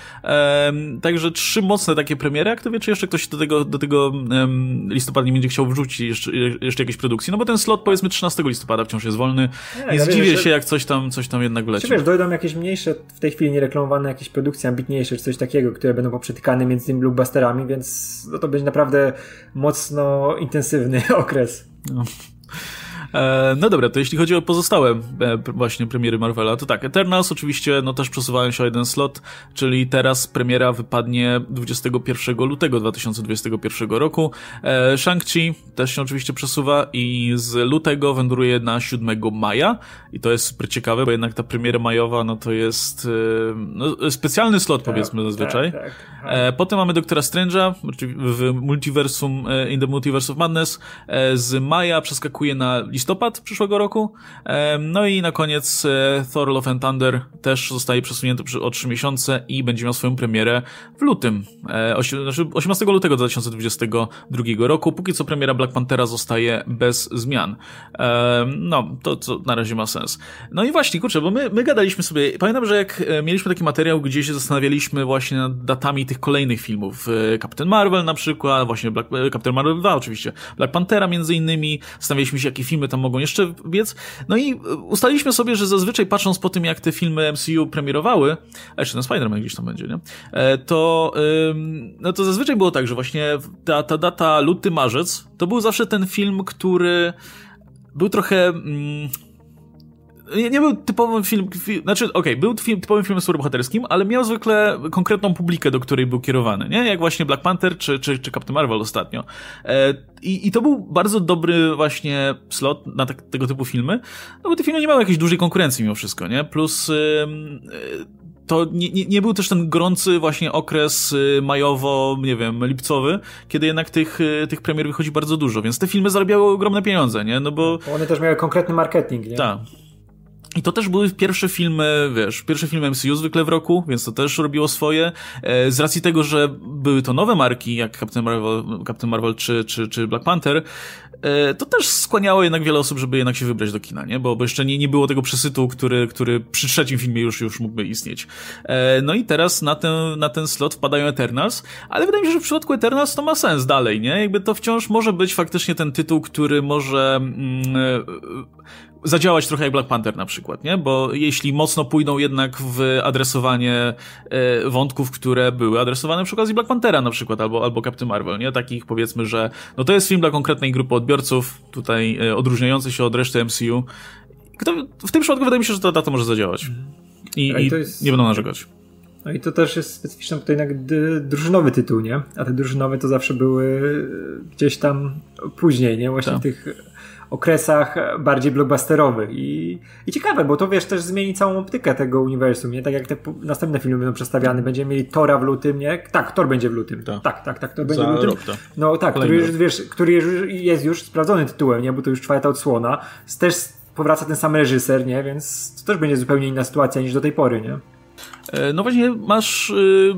um, także trzy mocne takie premiery, jak to wie, czy jeszcze ktoś do tego, do tego um, listopada nie będzie chciał wrzucić jeszcze, jeszcze jakiejś produkcji, no bo ten slot powiedzmy trzynastego listopada wciąż jest wolny, nie, nie ja zdziwię wiem, się, jak coś tam, coś tam jednak wleci. Czy wiesz, dojdą jakieś mniejsze, w tej chwili niereklamowane jakieś produkcje ambitniejsze, czy coś takiego, które będą poprzetykane między tymi blockbusterami, więc no to będzie naprawdę mocno intensywny okres. No. E, no dobra, to jeśli chodzi o pozostałe e, właśnie premiery Marvela, to tak, Eternals oczywiście no też przesuwają się o jeden slot, czyli teraz premiera wypadnie dwudziestego pierwszego lutego dwa tysiące dwudziestego pierwszego roku. E, Shang-Chi też się oczywiście przesuwa i z lutego wędruje na siódmego maja i to jest super ciekawe, bo jednak ta premiera majowa no to jest e, no, specjalny slot tak, powiedzmy zazwyczaj. Tak, tak, tak. E, potem mamy Doktora Strange'a w Multiversum, in the Multiverse of Madness. E, z maja przeskakuje na listopad przyszłego roku. E, no i na koniec e, Thor Love and Thunder też zostaje przesunięty o trzy miesiące i będzie miał swoją premierę w lutym. E, osi- znaczy osiemnastego lutego dwa tysiące dwudziestego drugiego roku. Póki co premiera Black Panthera zostaje bez zmian. E, no, to co na razie ma sens. No i właśnie, kurczę, bo my, my gadaliśmy sobie, pamiętam, że jak mieliśmy taki materiał, gdzie się zastanawialiśmy właśnie nad datami tych kolejnych filmów. Captain Marvel na przykład, właśnie Black, Captain Marvel dwa oczywiście, Black Panthera między innymi, zastanawialiśmy się, jakie filmy tam mogą jeszcze biec. No i ustaliliśmy sobie, że zazwyczaj patrząc po tym, jak te filmy M C U premierowały, a jeszcze ten Spider-Man gdzieś tam będzie, nie? To, no to zazwyczaj było tak, że właśnie ta, ta data luty, marzec, to był zawsze ten film, który był trochę... Mm, Nie, nie był typowym film, film znaczy okej, okay, był film, typowym filmem superbohaterskim, ale miał zwykle konkretną publikę, do której był kierowany, nie? Jak właśnie Black Panther czy, czy, czy Captain Marvel ostatnio. E, i, I to był bardzo dobry właśnie slot na tak, tego typu filmy, no bo te filmy nie miały jakiejś dużej konkurencji mimo wszystko, nie? Plus... E, to nie, nie, nie był też ten gorący właśnie okres majowo, nie wiem, lipcowy, kiedy jednak tych, tych premier wychodzi bardzo dużo, więc te filmy zarabiały ogromne pieniądze, nie? No bo... One też miały konkretny marketing, nie? Tak. I to też były pierwsze filmy, wiesz, pierwsze filmy M C U zwykle w roku, więc to też robiło swoje. Z racji tego, że były to nowe marki, jak Captain Marvel, Captain Marvel czy, czy, czy Black Panther, to też skłaniało jednak wiele osób, żeby jednak się wybrać do kina, nie? Bo, bo jeszcze nie, nie było tego przesytu, który, który przy trzecim filmie już, już mógłby istnieć. No i teraz na ten, na ten slot wpadają Eternals, ale wydaje mi się, że w przypadku Eternals to ma sens dalej, nie? Jakby to wciąż może być faktycznie ten tytuł, który może... Mm, zadziałać trochę jak Black Panther na przykład, nie? Bo jeśli mocno pójdą jednak w adresowanie e, wątków, które były adresowane przy okazji Black Panthera na przykład, albo, albo Captain Marvel, nie? Takich powiedzmy, że no to jest film dla konkretnej grupy odbiorców, tutaj e, odróżniający się od reszty M C U. Kto, w tym przypadku wydaje mi się, że ta data może zadziałać. I, i, i jest... nie będą narzekać. No i to też jest specyficzny, bo to jednak drużynowy tytuł, nie? A te drużynowe to zawsze były gdzieś tam później, nie? Właśnie w tych okresach bardziej blockbusterowych i, i ciekawe, bo to wiesz, też zmieni całą optykę tego uniwersum, nie? Tak jak te następne filmy będą przedstawiane, będziemy mieli Thora w lutym, nie? Tak, Thor będzie w lutym. Tak, tak, tak, tak Thor będzie w lutym. Rok, tak. No tak, który już, wiesz, który jest już sprawdzony tytułem, nie? Bo to już czwarta odsłona. Też powraca ten sam reżyser, nie? Więc to też będzie zupełnie inna sytuacja niż do tej pory, nie? No właśnie masz y,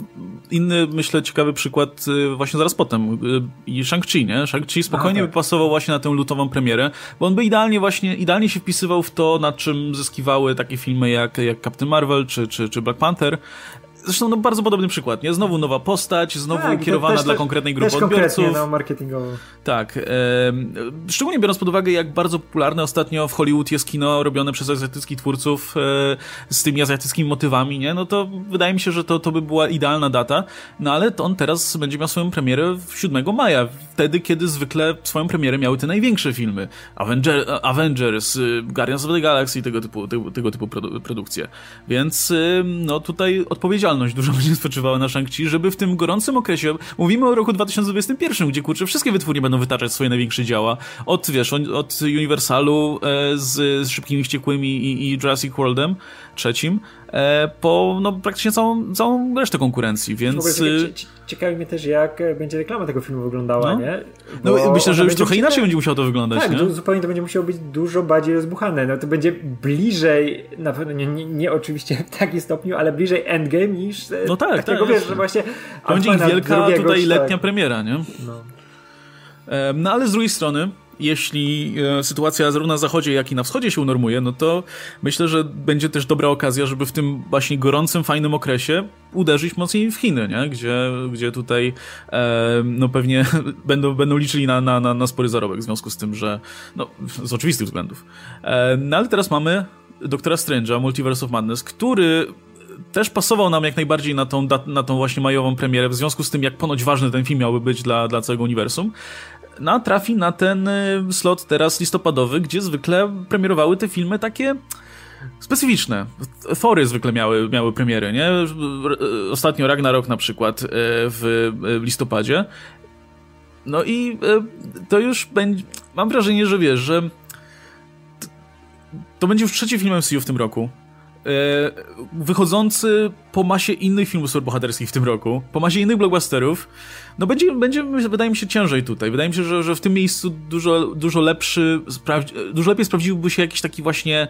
inny, myślę, ciekawy przykład y, właśnie zaraz potem. Y, I Shang-Chi, nie? Shang-Chi spokojnie A, tak. by pasował właśnie na tę lutową premierę, bo on by idealnie właśnie, idealnie się wpisywał w to, nad czym zyskiwały takie filmy jak, jak Captain Marvel czy, czy, czy Black Panther. Zresztą no, bardzo podobny przykład, nie? Znowu nowa postać, znowu tak, kierowana też, dla konkretnej grupy też odbiorców. No, marketingowo. Tak. E, szczególnie biorąc pod uwagę, jak bardzo popularne ostatnio w Hollywood jest kino robione przez azjatyckich twórców e, z tymi azjatyckimi motywami, nie? No to wydaje mi się, że to, to by była idealna data. No ale to on teraz będzie miał swoją premierę siódmego maja, wtedy, kiedy zwykle swoją premierę miały te największe filmy. Avenger, Avengers, Guardians of the Galaxy, tego typu, tego, tego typu produ- produkcje. Więc no tutaj odpowiedzialność dużo będzie spoczywała na Shang-Chi, żeby w tym gorącym okresie, mówimy o roku dwa tysiące dwudziestym pierwszym, gdzie kurczę, wszystkie wytwórnie będą wytaczać swoje największe dzieła, od wiesz, od Universalu e, z, z Szybkimi Wściekłymi i, i Jurassic Worldem trzecim, e, po no praktycznie całą, całą resztę konkurencji, więc... Ciekawi mnie też, jak będzie reklama tego filmu wyglądała, no. nie? Bo no myślę, że już trochę inaczej będzie musiało to wyglądać, tak, nie? Tak, zupełnie to będzie musiało być dużo bardziej rozbuchane, no to będzie bliżej, na pewno nie, nie, nie oczywiście w takim stopniu, ale bliżej Endgame niż no tak, takiego, tak, wiesz, że właśnie... To będzie ich wielka tutaj tak. letnia premiera, nie? No. No ale z drugiej strony, jeśli e, sytuacja zarówno na zachodzie, jak i na wschodzie się unormuje, no to myślę, że będzie też dobra okazja, żeby w tym właśnie gorącym, fajnym okresie uderzyć mocniej w Chiny, nie? Gdzie, gdzie tutaj e, no pewnie będą, będą liczyli na, na, na, na spory zarobek w związku z tym, że no z oczywistych względów. E, no ale teraz mamy Doktora Strange'a, Multiverse of Madness, który też pasował nam jak najbardziej na tą, na tą właśnie majową premierę, w związku z tym, jak ponoć ważny ten film miałby być dla, dla całego uniwersum. no, trafi na ten slot teraz listopadowy, gdzie zwykle premierowały te filmy takie specyficzne. Thory zwykle miały, miały premiery, nie? Ostatnio Ragnarok na przykład w listopadzie. No i to już będzie... Mam wrażenie, że wiesz, że to będzie już trzeci film M C U w tym roku. Wychodzący po masie innych filmów superbohaterskich w tym roku, po masie innych blockbusterów, no będzie, będzie wydaje mi się, ciężej tutaj. Wydaje mi się, że, że w tym miejscu dużo, dużo lepszy, dużo lepiej sprawdziłby się jakiś taki właśnie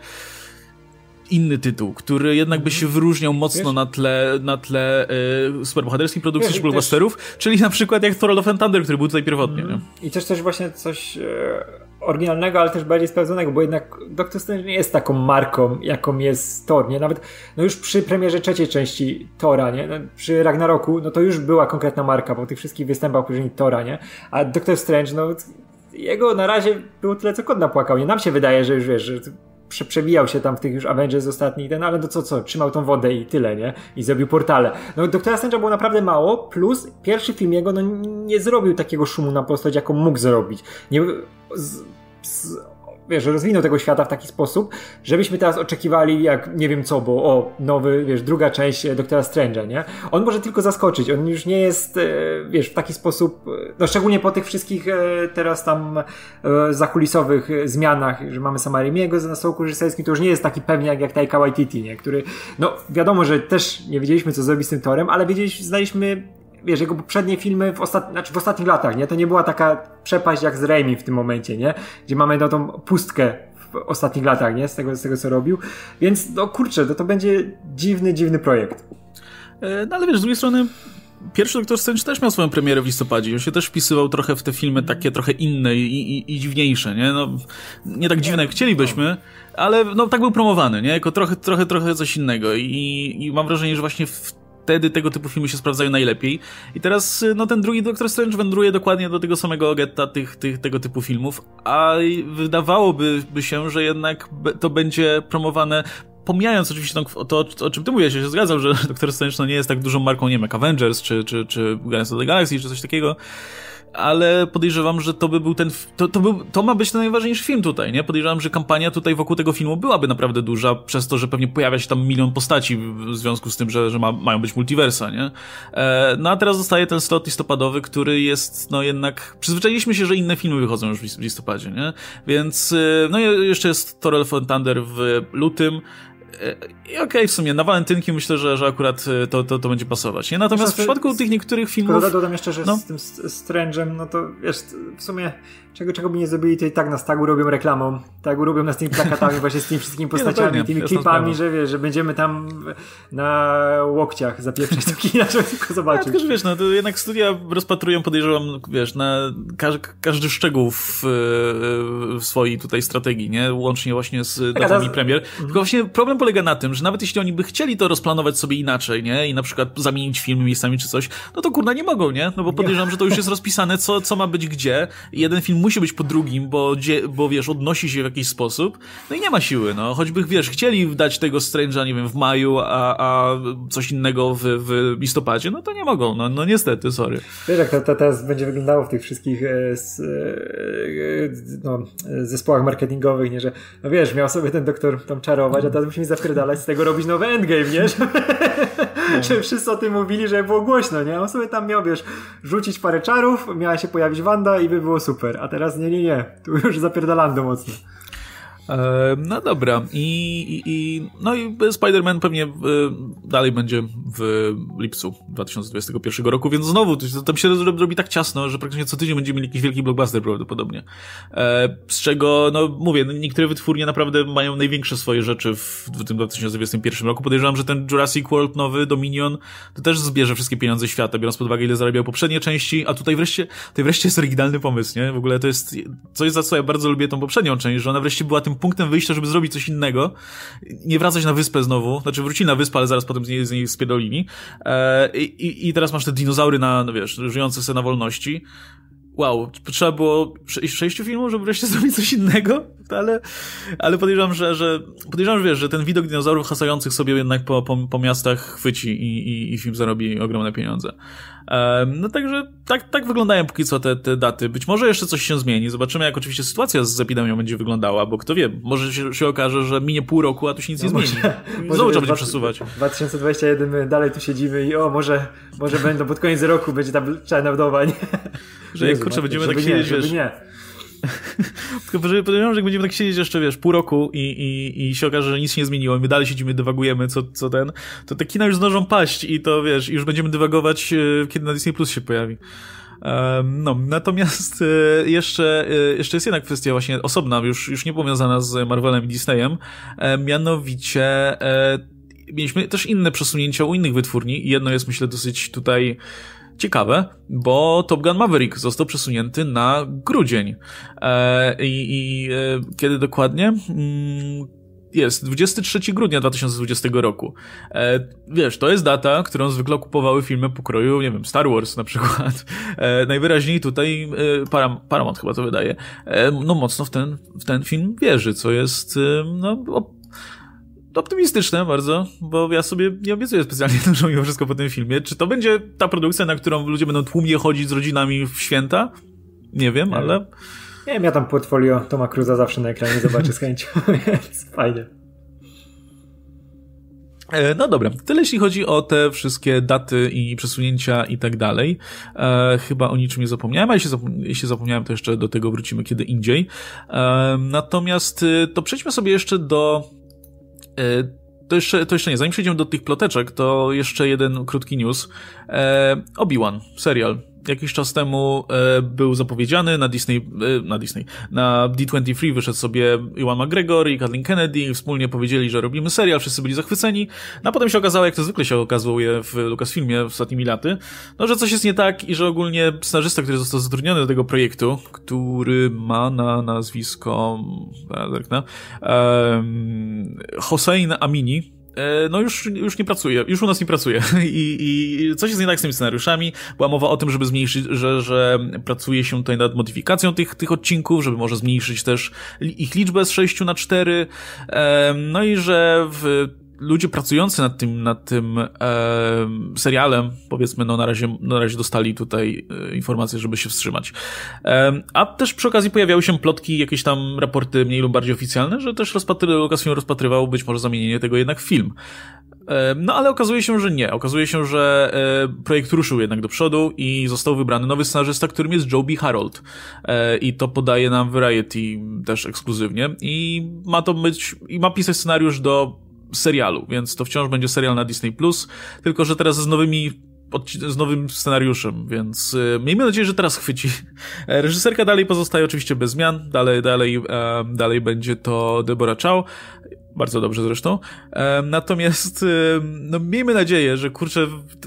inny tytuł, który jednak by się wyróżniał mocno Wiesz? na tle, na tle y, superbohaterskich produkcji Wiesz, czy blockbusterów, też... czyli na przykład jak Thor Love and Thunder, który był tutaj pierwotnie. Mm. I też też właśnie coś e, oryginalnego, ale też bardziej sprawdzonego, bo jednak Doctor Strange nie jest taką marką, jaką jest Thor, nie? Nawet no już przy premierze trzeciej części Thora, nie? No, przy Ragnaroku, no to już była konkretna marka po tych wszystkich występach później Thora, nie? A Doctor Strange, no jego na razie było tyle, co kot napłakał, nie? Nam się wydaje, że już wiesz, że przebijał się tam w tych już Avengers ostatnich, ten, ale to co, co, trzymał tą wodę i tyle, nie? I zrobił portale. No Doktora Strange'a było naprawdę mało, plus pierwszy film jego, no nie zrobił takiego szumu na postać, jaką mógł zrobić. Nie, z, z, wiesz, rozwinął tego świata w taki sposób, żebyśmy teraz oczekiwali jak nie wiem co, bo o, nowy, wiesz, druga część Doktora Strange'a, nie? On może tylko zaskoczyć, on już nie jest, wiesz, w taki sposób, no szczególnie po tych wszystkich teraz tam zakulisowych zmianach, że mamy Sama Raimiego na stołku reżyserskim, to już nie jest taki pewniak jak Taika Waititi, nie? Który, no wiadomo, że też nie wiedzieliśmy co zrobić z tym Thorem, ale wiedzieliśmy, znaliśmy wiesz, jego poprzednie filmy w, ostat... znaczy w ostatnich latach, nie? To nie była taka przepaść jak z Raimi w tym momencie, nie? Gdzie mamy no tą pustkę w ostatnich latach, nie? Z tego, z tego co robił. Więc, no kurczę, to, to będzie dziwny, dziwny projekt. No ale wiesz, z drugiej strony pierwszy Doktor Strange też miał swoją premierę w listopadzie. On się też wpisywał trochę w te filmy takie trochę inne i, i, i dziwniejsze, nie? No, nie tak dziwne jak chcielibyśmy, ale no tak był promowany, nie? Jako trochę, trochę, trochę coś innego i, i mam wrażenie, że właśnie w wtedy tego typu filmy się sprawdzają najlepiej. I teraz no ten drugi Doctor Strange wędruje dokładnie do tego samego getta tych, tych, tego typu filmów, a wydawałoby by się, że jednak to będzie promowane, pomijając oczywiście to, to, o czym ty mówisz, ja się zgadzam, że Doctor Strange no nie jest tak dużą marką, nie wiem, jak Avengers, czy, czy, czy Guardians of the Galaxy, czy coś takiego, ale podejrzewam, że to by był ten, to, to, był, to ma być ten najważniejszy film tutaj, nie? Podejrzewam, że kampania tutaj wokół tego filmu byłaby naprawdę duża, przez to, że pewnie pojawia się tam milion postaci w związku z tym, że, że ma, mają być multiversa, nie? E, no a teraz zostaje ten slot listopadowy, który jest, no jednak, przyzwyczailiśmy się, że inne filmy wychodzą już w listopadzie, nie? Więc, no jeszcze jest Thor Love and Thunder w lutym. I okej, okay, w sumie na walentynki myślę, że, że akurat to, to, to będzie pasować, nie? Natomiast w przypadku tych niektórych filmów... Dodam jeszcze, że no. z tym Strange'em, no to wiesz, w sumie czego, czego by nie zrobili, to i tak nas tagu robią reklamą, tagu robią nas tymi plakatami właśnie z tymi wszystkimi postaciami, nie, no pewnie, tymi klipami, że wiesz, że będziemy tam na łokciach zapieprzać do kina, żeby tylko zobaczyć. Ja, tylko, że wiesz, no to jednak studia rozpatrują, podejrzewam, wiesz, na każ, każdy szczegół w, w swojej tutaj strategii, nie? Łącznie właśnie z datami premier. Mhm. Tylko właśnie problem polega na tym, że nawet jeśli oni by chcieli to rozplanować sobie inaczej, nie? I na przykład zamienić filmy miejscami czy coś, no to kurna nie mogą, nie? No bo podejrzewam, że to już jest rozpisane, co, co ma być gdzie. I jeden film musi być po drugim, bo, bo wiesz, odnosi się w jakiś sposób. No i nie ma siły, no. Choćby, wiesz, chcieli dać tego Strange'a, nie wiem, w maju, a, a coś innego w, w listopadzie, no to nie mogą, no, no niestety, sorry. Wiesz, jak to, to teraz będzie wyglądało w tych wszystkich e, s, e, no, zespołach marketingowych, nie? Że, no wiesz, miał sobie ten doktor tam czarować, a teraz musimy zapierdalać z tego robić nowy Endgame, nie? Że, no. że wszyscy o tym mówili, że było głośno, nie? On sobie tam miał, wiesz, rzucić parę czarów, miała się pojawić Wanda i by było super, a teraz nie, nie, nie. Tu już zapierdalando mocno. E, no dobra. I, i, i, no i Spider-Man pewnie e, dalej będzie w lipcu dwa tysiące dwudziestego pierwszego roku, więc znowu to, to tam się robi tak ciasno, że praktycznie co tydzień będziemy mieli jakiś wielki blockbuster prawdopodobnie. E, z czego, no mówię, no, niektóre wytwórnie naprawdę mają największe swoje rzeczy w, w tym dwa tysiące dwudziestym pierwszym roku. Podejrzewam, że ten Jurassic World nowy, Dominion, to też zbierze wszystkie pieniądze świata, biorąc pod uwagę, ile zarabiały poprzednie części, a tutaj wreszcie, tutaj wreszcie jest oryginalny pomysł, nie? W ogóle to jest coś, za co ja bardzo lubię tą poprzednią część, że ona wreszcie była tym punktem wyjścia, żeby zrobić coś innego. Nie wracać na wyspę znowu. Znaczy wrócili na wyspę, ale zaraz potem z niej, z niej spierdolili. E, i, I teraz masz te dinozaury na, no wiesz, żyjące sobie na wolności. wow, trzeba było sześciu filmów, żeby wreszcie zrobić coś innego, ale, ale podejrzewam, że, że podejrzewam, że wiesz, że ten widok dinozaurów hasających sobie jednak po, po, po miastach chwyci i, i, i film zarobi ogromne pieniądze. Um, no także tak, tak wyglądają póki co te, te daty. Być może jeszcze coś się zmieni. Zobaczymy, jak oczywiście sytuacja z epidemią będzie wyglądała, bo kto wie, może się, się okaże, że minie pół roku, a tu się nic no nie może, zmieni. Może znowu trzeba będzie przesuwać. dwa tysiące dwudziesty pierwszy my dalej tu siedzimy i o, może, może będą pod koniec roku będzie tam czarna wdowa, nie? Że jak kurczę, będziemy tak siedzieć, nie, wiesz... nie. Tylko podejrzewam, że jak będziemy tak siedzieć jeszcze, wiesz, pół roku i, i, i się okaże, że nic się nie zmieniło i my dalej siedzimy, dywagujemy, co, co ten, to te kina już zdążą paść i to, wiesz, już będziemy dywagować, kiedy na Disney Plus się pojawi. Um, no, natomiast e, jeszcze, e, jeszcze jest jedna kwestia właśnie osobna, już, już nie powiązana z Marvelem i Disneyem, e, mianowicie e, mieliśmy też inne przesunięcia u innych wytwórni i jedno jest, myślę, dosyć tutaj ciekawe, bo Top Gun Maverick został przesunięty na grudzień. E, i, i e, kiedy dokładnie? Mm, jest dwudziestego trzeciego grudnia dwa tysiące dwudziestego roku. E, wiesz, to jest data, którą zwykle kupowały filmy pokroju, nie wiem, Star Wars na przykład. E, najwyraźniej tutaj e, Param- Paramount chyba to wydaje. E, no mocno w ten, w ten film wierzy, co jest e, no op- optymistyczne bardzo, bo ja sobie nie obiecuję specjalnie dużo mimo wszystko po tym filmie. Czy to będzie ta produkcja, na którą ludzie będą tłumnie chodzić z rodzinami w święta? Nie wiem, nie ale... Nie wiem, ja tam portfolio Toma Cruza zawsze na ekranie zobaczę z chęcią, więc fajnie. No dobra, tyle jeśli chodzi o te wszystkie daty i przesunięcia i tak dalej. E, chyba o niczym nie zapomniałem, a jeśli, zapom- jeśli zapomniałem, to jeszcze do tego wrócimy kiedy indziej. E, natomiast to przejdźmy sobie jeszcze do... To jeszcze, to jeszcze nie, zanim przejdziemy do tych ploteczek, to jeszcze jeden krótki news. E, Obi-Wan, serial. Jakiś czas temu e, był zapowiedziany na Disney, e, na Disney, na D dwadzieścia trzy wyszedł sobie Ewan McGregor i Kathleen Kennedy i wspólnie powiedzieli, że robimy serial, wszyscy byli zachwyceni, no a potem się okazało, jak to zwykle się okazuje w Lucasfilmie w ostatnimi laty, no że coś jest nie tak i że ogólnie scenarzysta, który został zatrudniony do tego projektu, który ma na nazwisko, zerknę, um, Hossein Amini, no już, już nie pracuje, już u nas nie pracuje I, i coś jest nie tak z tymi scenariuszami. Była mowa o tym, żeby zmniejszyć, że, że pracuje się tutaj nad modyfikacją tych, tych odcinków, żeby może zmniejszyć też ich liczbę z sześciu na cztery, no i że w ludzie pracujący nad tym, nad tym e, serialem, powiedzmy, no na razie, na razie dostali tutaj e, informację, żeby się wstrzymać. E, a też przy okazji pojawiały się plotki, jakieś tam raporty mniej lub bardziej oficjalne, że też rozpatry, Lucasfilm rozpatrywał być może zamienienie tego jednak w film. E, no ale okazuje się, że nie. Okazuje się, że e, projekt ruszył jednak do przodu i został wybrany nowy scenarzysta, którym jest Joe B. Harold. E, I to podaje nam Variety też ekskluzywnie. I ma to być, i ma pisać scenariusz do serialu, więc to wciąż będzie serial na Disney Plus, tylko że teraz z nowymi z nowym scenariuszem, więc y, miejmy nadzieję, że teraz chwyci. Reżyserka dalej pozostaje oczywiście bez zmian, dalej, dalej, e, dalej będzie to Deborah Chow, bardzo dobrze zresztą, e, natomiast y, no miejmy nadzieję, że kurczę,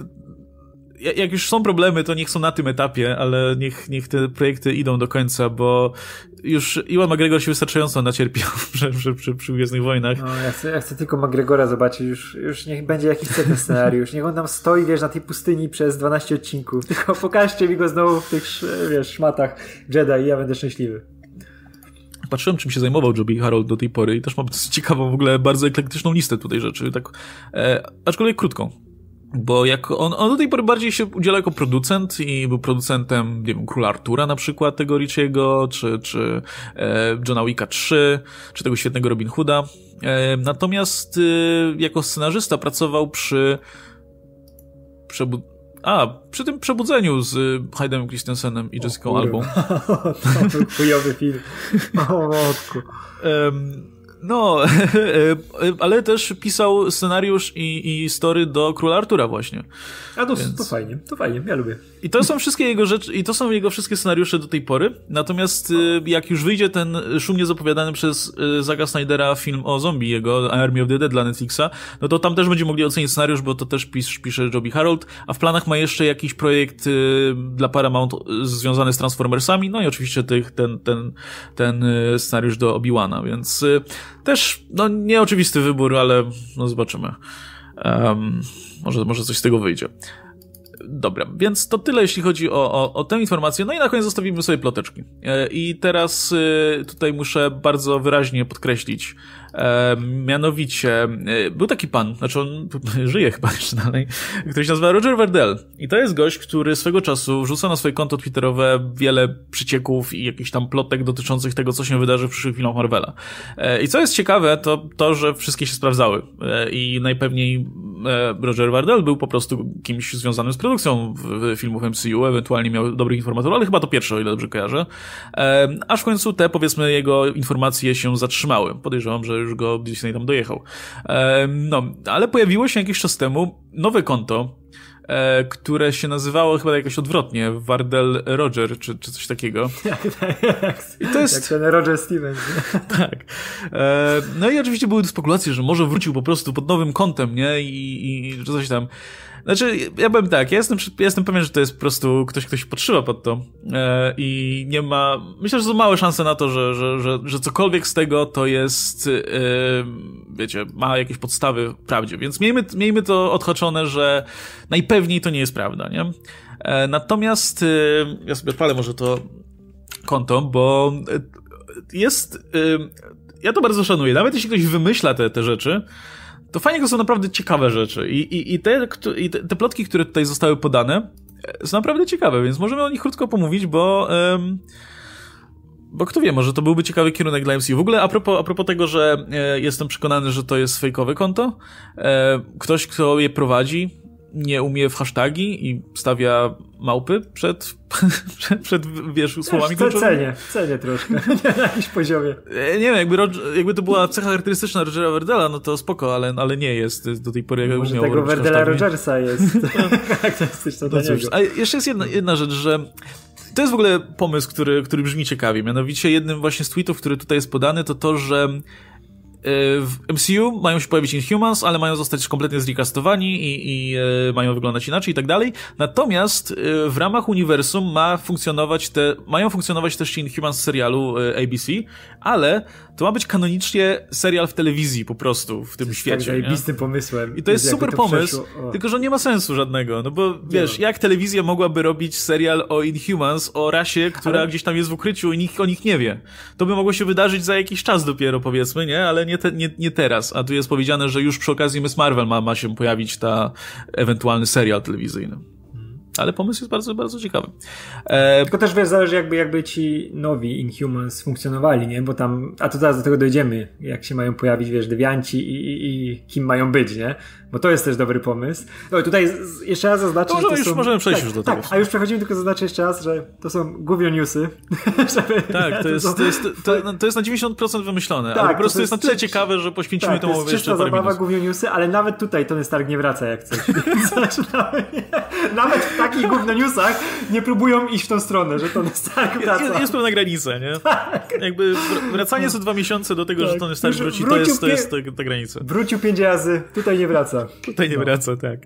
jak już są problemy, to niech są na tym etapie, ale niech, niech te projekty idą do końca, bo już Ewan McGregor się wystarczająco nacierpiał przy, przy, przy, przy Gwiezdnych Wojnach. No, ja chcę, ja chcę tylko McGregora zobaczyć, już, już niech będzie jakiś ten scenariusz, niech on tam stoi, wiesz, na tej pustyni przez dwanaście odcinków, tylko pokażcie mi go znowu w tych, wiesz, szmatach Jedi i ja będę szczęśliwy. Patrzyłem, czym się zajmował Joe B. Harold do tej pory i też mam ciekawą, w ogóle bardzo eklektyczną listę tutaj rzeczy, tak, e, aczkolwiek krótką. Bo jak on, on do tej pory bardziej się udziela jako producent i był producentem, nie wiem, Króla Artura na przykład, tego Richiego, czy, czy e, Johna Wicka trzy, czy tego świetnego Robin Hooda. E, natomiast e, jako scenarzysta pracował przy przebu- a, przy tym Przebudzeniu z Haydnem Christensenem i Jessica Albą. To był chujowy film. O matku. Um, No, ale też pisał scenariusz i, i story do Króla Artura właśnie. A to, Więc... to fajnie, to fajnie, ja lubię. I to są wszystkie jego rzeczy, i to są jego wszystkie scenariusze do tej pory. Natomiast jak już wyjdzie ten szumnie zapowiadany przez Zacka Snydera film o zombie, jego Army of the Dead dla Netflixa, no to tam też będzie mogli ocenić scenariusz, bo to też pis, pisze Joe B. Harold, a w planach ma jeszcze jakiś projekt dla Paramount związany z Transformersami, no i oczywiście tych, ten, ten, ten scenariusz do Obi-Wana, więc też, no, nieoczywisty wybór, ale no zobaczymy. Um, może, może coś z tego wyjdzie. Dobra, więc to tyle, jeśli chodzi o, o, o tę informację. No i na koniec zostawimy sobie ploteczki. I teraz tutaj muszę bardzo wyraźnie podkreślić, e, mianowicie był taki pan, znaczy on żyje chyba jeszcze dalej, który się nazywa Roger Wardell. I to jest gość, który swego czasu wrzuca na swoje konto twitterowe wiele przycieków i jakichś tam plotek dotyczących tego, co się wydarzy w przyszłych filmach Marvela. E, I co jest ciekawe, to to, że wszystkie się sprawdzały. E, I najpewniej e, Roger Wardell był po prostu kimś związanym z produkcją w, w filmów M C U, ewentualnie miał dobrych informatorów, ale chyba to pierwsze, o ile dobrze kojarzę. E, aż w końcu te, powiedzmy, jego informacje się zatrzymały. Podejrzewam, że już go Disney tam dojechał. E, no, ale pojawiło się jakiś czas temu nowe konto, e, które się nazywało chyba jakoś odwrotnie, Wardell Roger, czy, czy coś takiego. Jak, tak, jak, I to jest... jak ten Roger Stevens. Tak. E, no i oczywiście były spekulacje, że może wrócił po prostu pod nowym kontem, nie? I, i że coś tam... Znaczy, ja powiem tak, ja jestem, ja jestem pewien, że to jest po prostu ktoś, kto się podszywa pod to e, i nie ma... Myślę, że są małe szanse na to, że, że, że, że cokolwiek z tego to jest, e, wiecie, ma jakieś podstawy w prawdzie, więc miejmy, miejmy to odhaczone, że najpewniej to nie jest prawda, nie? E, natomiast e, ja sobie odpalę może to konto, bo jest... E, ja to bardzo szanuję, nawet jeśli ktoś wymyśla te, te rzeczy, to fajnie, to są naprawdę ciekawe rzeczy i, i, i, te, i te, te plotki, które tutaj zostały podane, są naprawdę ciekawe, więc możemy o nich krótko pomówić, bo um, bo kto wie, może to byłby ciekawy kierunek dla M C U. W ogóle a propos, a propos tego, że e, jestem przekonany, że to jest fejkowe konto, e, ktoś, kto je prowadzi, nie umie w hashtagi i stawia małpy przed, przed, przed wiesz, słowami kluczowymi. Cenię, cenię troszkę, na jakimś poziomie. Nie wiem, jakby, jakby to była cecha charakterystyczna Rogera Wardella, no to spoko, ale, ale nie jest do tej pory. Jak może tego Wardella Rogersa jest charakterystyczna dla niego. A jeszcze jest jedna, jedna rzecz, że to jest w ogóle pomysł, który, który brzmi ciekawie. Mianowicie jednym właśnie z tweetów, który tutaj jest podany, to to, że w M C U mają się pojawić Inhumans, ale mają zostać kompletnie zrecastowani i, i e, mają wyglądać inaczej i tak dalej. Natomiast e, w ramach uniwersum ma funkcjonować te, mają funkcjonować też Inhumans z serialu e, A B C, ale to ma być kanonicznie serial w telewizji po prostu w tym świecie. Tak, zajebistym pomysłem. I to jest, jest super pomysł, tylko że nie ma sensu żadnego, no bo wiesz, jak telewizja mogłaby robić serial o Inhumans, o rasie, która ale... gdzieś tam jest w ukryciu i nikt o nich nie wie. To by mogło się wydarzyć za jakiś czas dopiero, powiedzmy, nie? Ale nie, te, nie, nie teraz. A tu jest powiedziane, że już przy okazji Miss Marvel ma, ma się pojawić ta ewentualny serial telewizyjny. Ale pomysł jest bardzo, bardzo ciekawy. E... Tylko też wiesz, zależy jakby, jakby ci nowi Inhumans funkcjonowali, nie? Bo tam, a to zaraz do tego dojdziemy, jak się mają pojawić, wiesz, dewianci i, i, i kim mają być, nie? Bo to jest też dobry pomysł. No i tutaj z, jeszcze raz zaznaczę, to, że to już są... możemy przejść tak, już do tak, tego. A już przechodzimy, tylko zaznaczę jeszcze raz, że to są głównie newsy. Żeby, tak, to jest, to, jest, to, to jest na dziewięćdziesiąt procent wymyślone, tak, ale po prostu to jest, jest na tyle ciekawe, że poświęcimy tak, temu to jest jeszcze parę zabawa, głównie newsy, ale nawet tutaj Tony Stark nie wraca jak coś. Znaczy, nawet, nawet w takich głównych newsach nie próbują iść w tą stronę, że Tony Stark wraca. Jest, jest pewna granica, nie? Tak. Jakby wracanie co dwa miesiące do tego, tak. że Tony Stark wróci, to jest, to jest ta, ta granica. Wrócił pięć razy, tutaj nie wraca. Tutaj nie no. wraca, tak.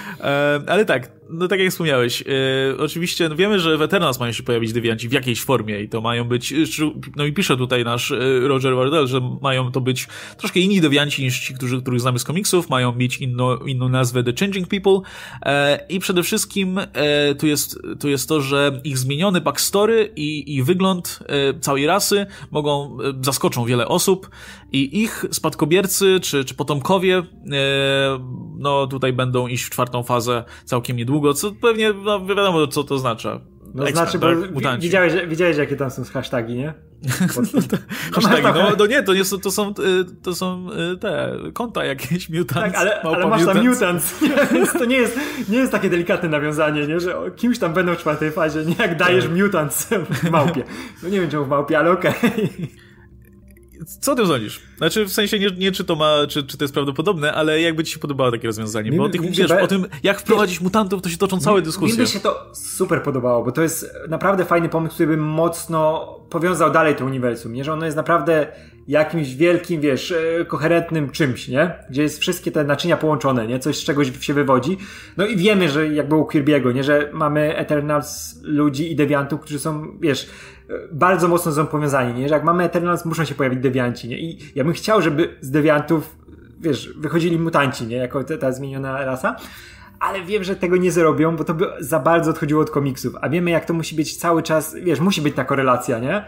E, ale tak, no tak jak wspomniałeś, e, oczywiście no wiemy, że w Eternals mają się pojawić dewianci w jakiejś formie i to mają być, no i pisze tutaj nasz Roger Wardell, że mają to być troszkę inni dewianci niż ci, którzy, których znamy z komiksów, mają mieć inno, inną nazwę The Changing People e, i przede wszystkim e, tu jest, tu jest to, że ich zmieniony backstory i, i wygląd e, całej rasy mogą, e, zaskoczą wiele osób i ich spadkobiercy czy, czy potomkowie e, no tutaj będą iść w czwartą fazę całkiem niedługo, co pewnie no, wiadomo, co to oznacza. No X-Men, znaczy, tak? bo Mutanci. Widziałeś, widziałeś, jakie tam są hashtagi, nie? no to, hashtagi, no, no nie, to nie są, to są, to są te konta jakieś, mutants. Tak, ale, ale masz tam mutants, nie? Więc to nie jest, nie jest takie delikatne nawiązanie, nie? Że kimś tam będą w czwartej fazie, nie? Jak dajesz mutants w małpie. No nie wiem, czemu w małpie, ale okej. Okay. Co ty sądzisz? Znaczy, w sensie nie, nie czy to ma, czy, czy to jest prawdopodobne, ale jakby ci się podobało takie rozwiązanie? Mi, bo o, tych, wiesz, be... o tym, jak wprowadzić wiesz, mutantów, to się toczą całe mi, dyskusje. Mi by się to super podobało, bo to jest naprawdę fajny pomysł, który by mocno powiązał dalej to uniwersum, nie? Że ono jest naprawdę jakimś wielkim, wiesz, koherentnym czymś, nie? Gdzie jest wszystkie te naczynia połączone, nie? Coś z czegoś się wywodzi. No i wiemy, że jak było u Kirby'ego, nie? Że mamy Eternals ludzi i dewiantów, którzy są, wiesz, bardzo mocno są powiązani, nie? Że jak mamy Eternals, muszą się pojawić dewianci, nie? I ja bym chciał, żeby z dewiantów, wiesz, wychodzili mutanci, nie? Jako ta, ta zmieniona rasa. ale wiem, że tego nie zrobią, bo to by za bardzo odchodziło od komiksów, a wiemy, jak to musi być cały czas, wiesz, musi być ta korelacja, nie?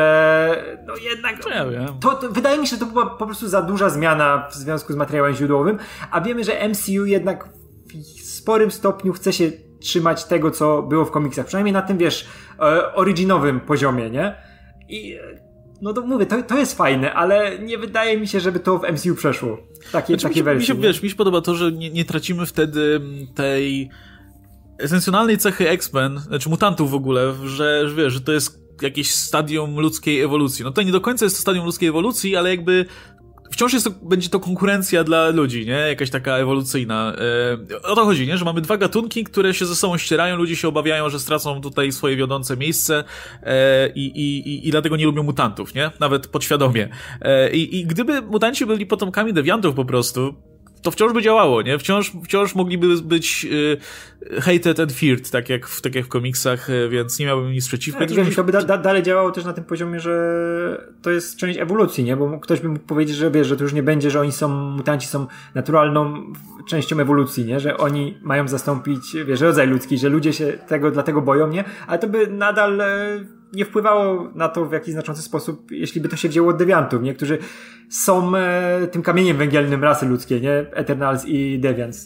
Że no jednak... Ja wiem. To, to, wydaje mi się, że to była po prostu za duża zmiana w związku z materiałem źródłowym, a wiemy, że M C U jednak w sporym stopniu chce się trzymać tego, co było w komiksach, przynajmniej na tym, wiesz, originowym poziomie, nie? I no to mówię, to, to jest fajne, ale nie wydaje mi się, żeby to w M C U przeszło. Takie, znaczy, takie mi się, wersje. Mi się, wiesz, mi się podoba to, że nie, nie tracimy wtedy tej esencjonalnej cechy X-Men, znaczy mutantów w ogóle, że, że wiesz, że to jest jakieś stadium ludzkiej ewolucji. No to nie do końca jest to stadium ludzkiej ewolucji, ale jakby wciąż jest to, będzie to konkurencja dla ludzi, nie? Jakaś taka ewolucyjna. Yy, o to chodzi, nie? Że mamy dwa gatunki, które się ze sobą ścierają, ludzie się obawiają, że stracą tutaj swoje wiodące miejsce yy, i, i, i dlatego nie lubią mutantów, nie? Nawet podświadomie. Yy, I gdyby mutanci byli potomkami dewiantów po prostu, to wciąż by działało, nie? Wciąż, wciąż mogliby być y, hated and feared, tak jak w, tak jak w komiksach, y, więc nie miałbym nic przeciwko. Tak, wiesz, to by da, da, dalej działało też na tym poziomie, że to jest część ewolucji, nie? Bo ktoś by mógł powiedzieć, że wiesz, że to już nie będzie, że oni są, mutanci są naturalną częścią ewolucji, nie? Że oni mają zastąpić, wiesz, rodzaj ludzki, że ludzie się tego dlatego boją, nie? Ale to by nadal e, nie wpływało na to w jakiś znaczący sposób, jeśli by to się wzięło od dewiantów, nie? Którzy są e, tym kamieniem węgielnym rasy ludzkiej, nie? Eternals i Deviants.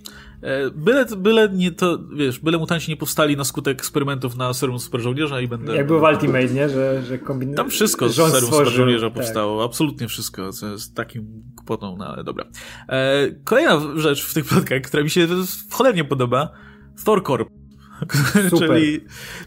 Byle, byle nie to, wiesz, byle mutanci nie powstali na skutek eksperymentów na serum superżołnierza i będę... Jak było w Ultimate, nie? Że, że kombin... Tam wszystko z serum superżołnierza powstało, tak. Absolutnie wszystko, co jest takim głupotą, no ale dobra. E, kolejna rzecz w tych plotkach, która mi się cholernie podoba, Thor Corp. Super. Czyli...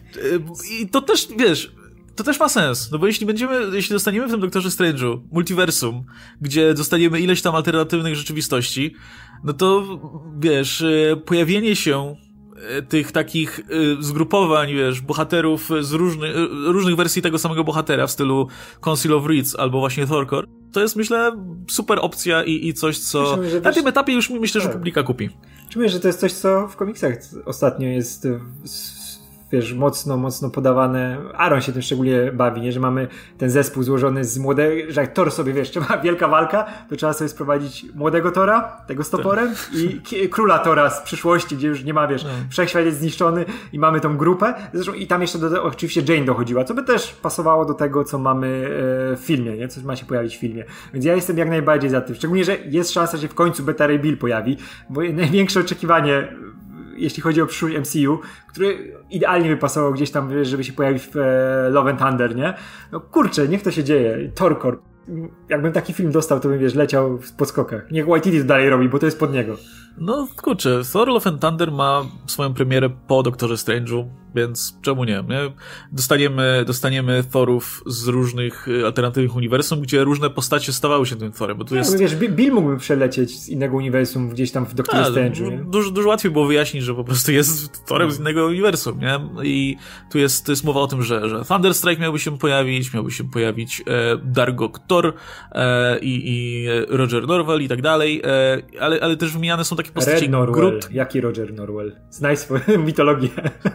I to też, wiesz... To też ma sens, no bo jeśli będziemy, jeśli dostaniemy w tym Doktorze Strange'u multiversum, gdzie dostaniemy ileś tam alternatywnych rzeczywistości, no to, wiesz, pojawienie się tych takich zgrupowań, wiesz, bohaterów z różnych, różnych wersji tego samego bohatera w stylu Council of Reeds albo właśnie Thor Corp, to jest, myślę, super opcja i, i coś, co myślę, na też... tym etapie już myślę, że tak. Publika kupi. Czuję, że to jest coś, co w komiksach ostatnio jest... wiesz, mocno, mocno podawane. Aaron się tym szczególnie bawi, nie? Że mamy ten zespół złożony z młodego, że jak Thor sobie, wiesz, trzeba wielka walka, to trzeba sobie sprowadzić młodego Tora, tego z toporem i k- króla Tora z przyszłości, gdzie już nie ma, wiesz, wszechświat jest zniszczony i mamy tą grupę. Zresztą i tam jeszcze do, oczywiście Jane dochodziła, co by też pasowało do tego, co mamy e, w filmie, nie? Co ma się pojawić w filmie. Więc ja jestem jak najbardziej za tym. Szczególnie, że jest szansa, że się w końcu Beta Ray Bill pojawi, bo największe oczekiwanie, jeśli chodzi o przyszłość M C U, który idealnie by pasował gdzieś tam, żeby się pojawić w e, Love and Thunder, nie? No kurczę, niech to się dzieje. Thor Corp. Jakbym taki film dostał, to bym, wiesz, leciał w podskokach. Niech Waititi to dalej robi, bo to jest pod niego. No kurczę, Thor Love and Thunder ma swoją premierę po Doktorze Strange'u, więc czemu nie? nie? Dostaniemy, dostaniemy Thorów z różnych alternatywnych uniwersum, gdzie różne postacie stawały się tym Thorem, bo tu no, jest... Wiesz, Bill mógłby przelecieć z innego uniwersum gdzieś tam w Doktorze Strange'u. Dużo, dużo łatwiej było wyjaśnić, że po prostu jest Thorem z innego uniwersum, nie? I tu jest, to jest mowa o tym, że, że Thunderstrike miałby się pojawić, miałby się pojawić e, Dargok Thor e, i, i Roger Norwell i tak dalej, e, ale, ale też wymieniane są takie postacie Red Norwell. Groot. Jaki Roger Norwell? Znaj swoją mitologię.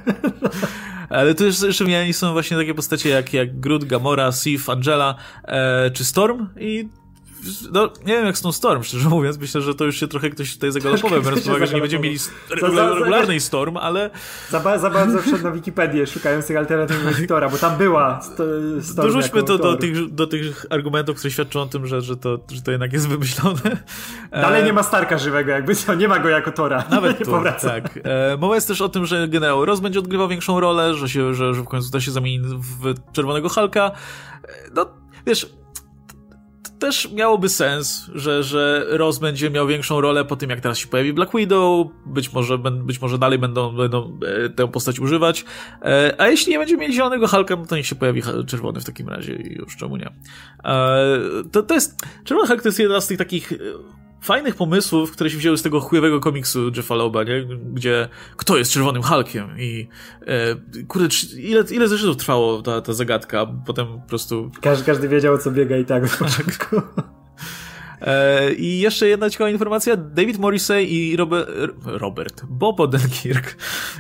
Ale tu jeszcze, jeszcze wymieniani są właśnie takie postacie jak, jak Groot, Gamora, Sif, Angela e, czy Storm i no, nie wiem jak z tą Storm, szczerze mówiąc. Myślę, że to już się trochę ktoś tutaj zagalopował, biorąc pod uwagę, że nie będziemy mieli regularnej Storm, ale... Za, ba- za bardzo wszedł na Wikipedię szukając tych alternatywnych Tora, bo tam była sto, Storm. Dorzućmy to do tych, do tych argumentów, które świadczą o tym, że, że, to, że to jednak jest wymyślone. Dalej nie ma Starka żywego, jakby co, nie ma go jako Tora. Nawet nie tu, powraca. tak. E, mowa jest też o tym, że generał Ross będzie odgrywał większą rolę, że, się, że, że w końcu to się zamieni w Czerwonego Hulka. No, wiesz... Też miałoby sens, że, że Ross będzie miał większą rolę po tym, jak teraz się pojawi Black Widow, być może, być może dalej będą, będą tę postać używać, a jeśli nie będzie mieli Zielonego Hulka, no to niech się pojawi Czerwony w takim razie i już czemu nie. To, to jest, Czerwony Hulk to jest jedna z tych takich fajnych pomysłów, które się wzięły z tego chujowego komiksu Jeffa Loeba, nie? Gdzie kto jest Czerwonym Hulkiem i e, kurde, ile, ile zeszytów trwało ta, ta zagadka, potem po prostu... Każdy, każdy wiedział, o co biega i tak od początku. E, I jeszcze jedna ciekawa informacja, David Morrissey i Robert, Robert Bob Odenkirk.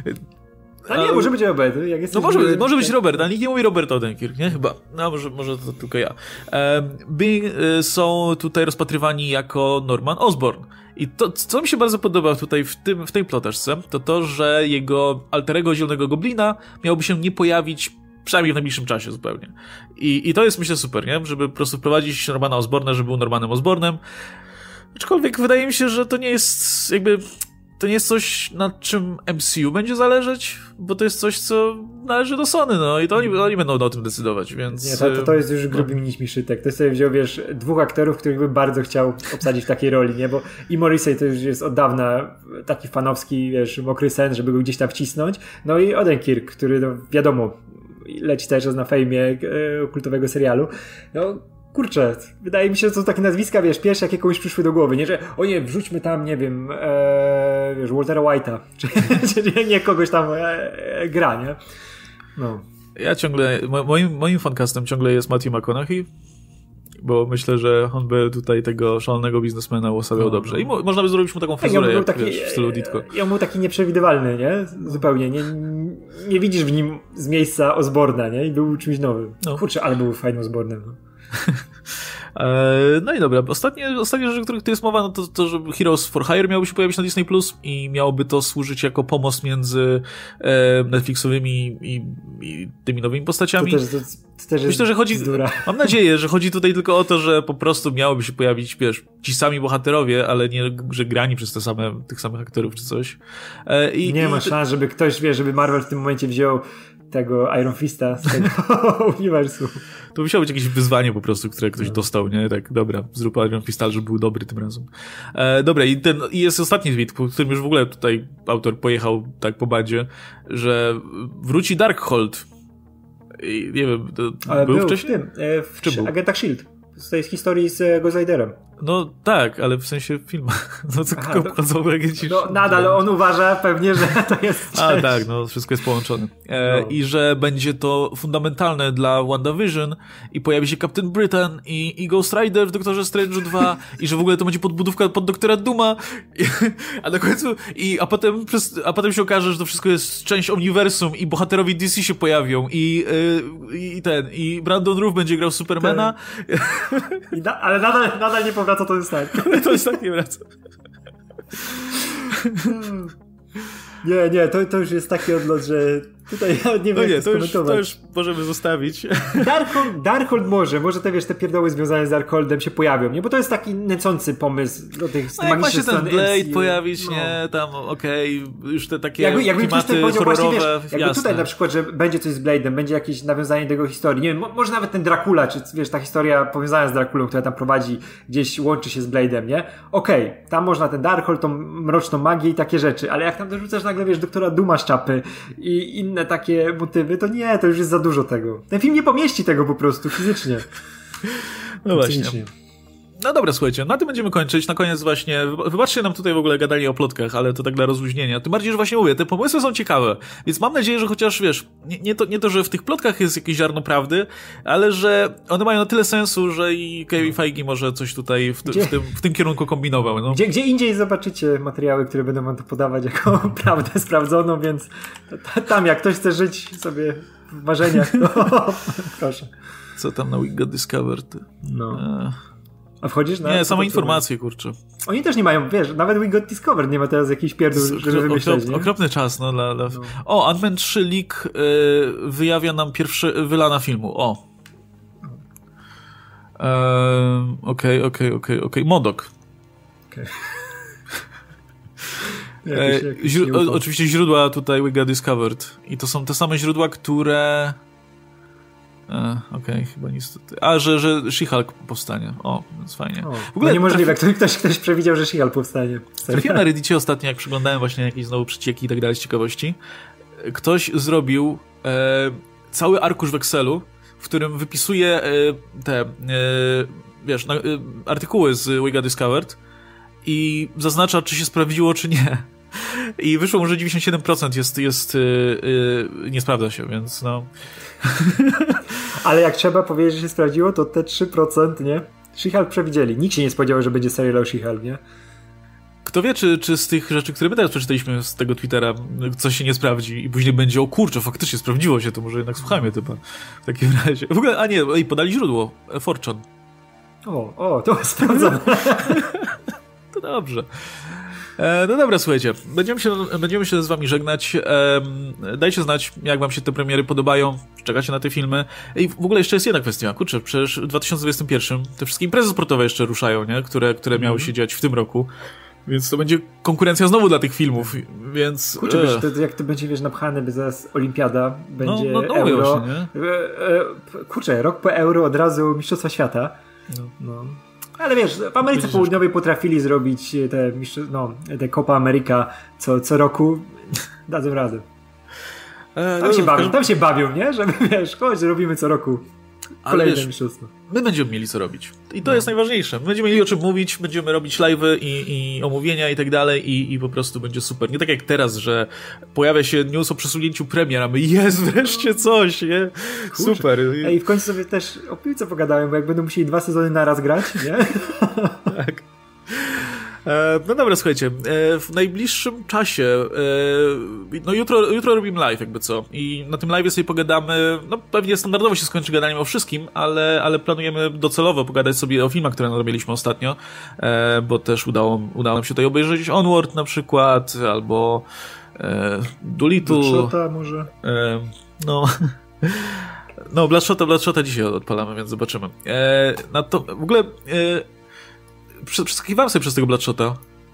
A nie, może być Robert. Jak no może, być, może być Robert, ale nikt nie mówi Robert Odenkirk, nie? Chyba. No może, może to tylko ja. E, by, e, są tutaj rozpatrywani jako Norman Osborn. I to, co mi się bardzo podoba tutaj w, tym, w tej ploteczce, to to, że jego alterego Zielonego Goblina miałoby się nie pojawić przynajmniej w najbliższym czasie zupełnie. I, i to jest, myślę, super, nie? Żeby po prostu wprowadzić Normana Osborna, żeby był Normanem Osbornem. Aczkolwiek wydaje mi się, że to nie jest jakby... To nie jest coś, nad czym M C U będzie zależeć, bo to jest coś, co należy do Sony, no i to oni, oni będą o tym decydować, więc... Nie, to, to, to jest już gruby no. niż szytek. To sobie wziął, wiesz, dwóch aktorów, których bym bardzo chciał obsadzić w takiej roli, nie? Bo i Morrissey to już jest od dawna taki fanowski, wiesz, mokry sen, żeby go gdzieś tam wcisnąć. No i Odenkirk, który, no, wiadomo, leci cały czas na fejmie e, kultowego serialu. No, kurczę, wydaje mi się, że to są takie nazwiska, wiesz, pierwsze jakie komuś przyszły do głowy, nie, że o nie, wrzućmy tam, nie wiem, e, wiesz, Waltera White'a, czy, czy nie kogoś tam e, gra, nie? No. Ja ciągle, moim, moim fancastem ciągle jest Matthew McConaughey, bo myślę, że on by tutaj tego szalonego biznesmena uosabiał no, dobrze. I mo- można by zrobić mu taką fryzurę, jak, taki, wiesz, w stylu Ditko. Ja był taki nieprzewidywalny, nie? Zupełnie. Nie, nie widzisz w nim z miejsca Osborna, nie? I był czymś nowym. No. Kurczę, ale był fajnym Osbornem. No. No i dobra, ostatnie, ostatnie rzeczy, o których tu jest mowa, no to, to, że Heroes for Hire miałoby się pojawić na Disney Plus i miałoby to służyć jako pomost między e, Netflixowymi i, i tymi nowymi postaciami. To też, to, to też Myślę, że chodzi, bzdura. Mam nadzieję, że chodzi tutaj tylko o to, że po prostu miałoby się pojawić, wiesz, ci sami bohaterowie, ale nie, że grani przez te same, tych samych aktorów czy coś. E, i, nie i, ma szans, żeby ktoś, wie, żeby Marvel w tym momencie wziął tego Iron Fista z tego uniwersum. To musiało być jakieś wyzwanie po prostu, które ktoś no. dostał, nie? Tak, dobra, zrób Iron Fista, żeby był dobry tym razem. E, dobra, i, ten, i jest ostatni tweet, po którym już w ogóle tutaj autor pojechał tak po badzie, że wróci Darkhold. I nie wiem, to Ale był, był wcześniej? w tym, e, w Czy był? Agentach S H I E L D. Z tej historii z Ghost Riderem. No tak, ale w sensie filmu. No co kogo wchodzą agenci? No nadal on uważa pewnie, że to jest część. A tak, no wszystko jest połączone. E, no. I że będzie to fundamentalne dla WandaVision i pojawi się Captain Britain i, i Ghost Rider w Doktorze Strange'u dwa i że w ogóle to będzie podbudówka pod Doktora Dooma i, a na końcu i, a potem przez, a potem się okaże, że to wszystko jest część uniwersum i bohaterowie D C się pojawią i, yy, i ten, i Brandon Routh będzie grał Supermana. I na, ale nadal, nadal nie powraca to jest tak. To jest tak nie wraca. Nie, nie, to, to już jest taki odlot, że tutaj ja nie wiem, no nie, jak to, to już, to już możemy zostawić. Darkhold, Darkhold może, może te, wiesz, te pierdoły związane z Darkholdem się pojawią, nie? Bo to jest taki nęcący pomysł do tych no jak ma się ten Blade pojawić, no. nie? Tam, okej, okay, już te takie jakby, jakby klimaty horrorowe, właśnie, wiesz, jakby tutaj na przykład, że będzie coś z Blade'em, będzie jakieś nawiązanie do jego historii, nie wiem, może nawet ten Dracula, czy wiesz, ta historia powiązana z Draculą, która tam prowadzi, gdzieś łączy się z Blade'em, nie? Okej, okay, tam można ten Darkhold, tą mroczną magię i takie rzeczy, ale jak tam dorzucasz nagle, wiesz, doktora Dooma z czapy i inne takie motywy, to nie, to już jest za dużo tego. Ten film nie pomieści tego po prostu fizycznie. No właśnie. No dobra, słuchajcie, na tym będziemy kończyć. Na koniec właśnie, wybaczcie nam tutaj w ogóle gadali o plotkach, ale to tak dla rozluźnienia. Tym bardziej, że właśnie mówię, te pomysły są ciekawe, więc mam nadzieję, że chociaż, wiesz, nie, nie, to, nie to, że w tych plotkach jest jakieś ziarno prawdy, ale że one mają na tyle sensu, że i Kevin Feige może coś tutaj w, w, tym, w tym kierunku kombinował. No. Gdzie, gdzie indziej zobaczycie materiały, które będą wam to podawać jako prawdę sprawdzoną, więc tam jak ktoś chce żyć sobie w marzeniach, to proszę. Co tam na We Got Discovered? No. E... A wchodzisz na... Nie, same informacje, kurczę. Oni też nie mają, wiesz, nawet We Got Discovered nie ma teraz jakiś pierdół, żeby wymyśleć, okrop, Okropny czas, no. Dla, dla... no. O, Ant-Man trzy Leak y, wyjawia nam pierwszy wylana filmu. O. Okej, okej, okej, okej. Modok. Okej. Źró- oczywiście źródła tutaj We Got Discovered. I to są te same źródła, które... E, Okej, okay, chyba nic. A, że, że She-Hulk powstanie. O, więc fajnie. O, w ogóle niemożliwe, traf... ktoś, ktoś przewidział, że She-Hulk powstanie. Trafiłem na Reddicie ostatnio, jak przeglądałem właśnie jakieś znowu przecieki i tak dalej z ciekawości. Ktoś zrobił e, cały arkusz w Excelu, w którym wypisuje e, te, e, wiesz, na, e, artykuły z We Got Discovered i zaznacza, czy się sprawdziło, czy nie. I wyszło mu, że dziewięćdziesiąt siedem procent jest, jest yy, yy, nie sprawdza się, więc no. Ale jak trzeba powiedzieć, że się sprawdziło, to te trzy procent, nie? She-Hulk przewidzieli. Nikt się nie spodziewał, że będzie serial o She-Hulk, nie? Kto wie, czy, czy z tych rzeczy, które my teraz przeczytaliśmy z tego Twittera, coś się nie sprawdzi i później będzie, o kurczę, faktycznie sprawdziło się, to może jednak słuchajmy typa. W takim razie. W ogóle, a nie, podali źródło. four chan. O, o, to sprawdzone. To dobrze. E, no dobra, słuchajcie, będziemy się, będziemy się z wami żegnać. E, dajcie znać, jak wam się te premiery podobają, czekacie na te filmy. I w ogóle jeszcze jest jedna kwestia. Kurczę, przecież w dwa tysiące dwudziestym pierwszym te wszystkie imprezy sportowe jeszcze ruszają, nie? Które, które miały się dziać w tym roku. Więc to będzie konkurencja znowu dla tych filmów, więc... Kurczę, wiesz, to, to jak to będzie, wiesz, napchane, by zaraz olimpiada, będzie no, no, no, euro. Się, nie? E, e, kurczę, rok po euro od razu Mistrzostwa Świata. No. no. Ale wiesz, w Ameryce Widzisz, Południowej potrafili zrobić te, no, te Copa America co, co roku. Dadzą radę. E, tam, no, się bawią, każdym... tam się bawią, nie? Żeby, wiesz, chodź, robimy co roku. Ale wiesz, my będziemy mieli co robić. I to no. jest najważniejsze. My będziemy mieli o czym mówić, będziemy robić live'y i, i omówienia i tak dalej i, i po prostu będzie super. Nie tak jak teraz, że pojawia się news o przesunięciu premier, a my jest wreszcie coś, nie? Kurczę. Super. Ej, w końcu sobie też o piłce pogadałem, bo jak będą musieli dwa sezony naraz grać, nie? Tak. No dobra, słuchajcie, w najbliższym czasie, no jutro, jutro robimy live jakby co i na tym live'ie sobie pogadamy, no pewnie standardowo się skończy gadaniem o wszystkim, ale, ale planujemy docelowo pogadać sobie o filmach, które narobiliśmy ostatnio, bo też udało, udało nam się tutaj obejrzeć Onward na przykład, albo Dolittle. Bloodshota może. No... No, Bloodshota, Bloodshota dzisiaj odpalamy, więc zobaczymy. Na to, w ogóle... Przeskakiwałem sobie przez tego Bloodshota.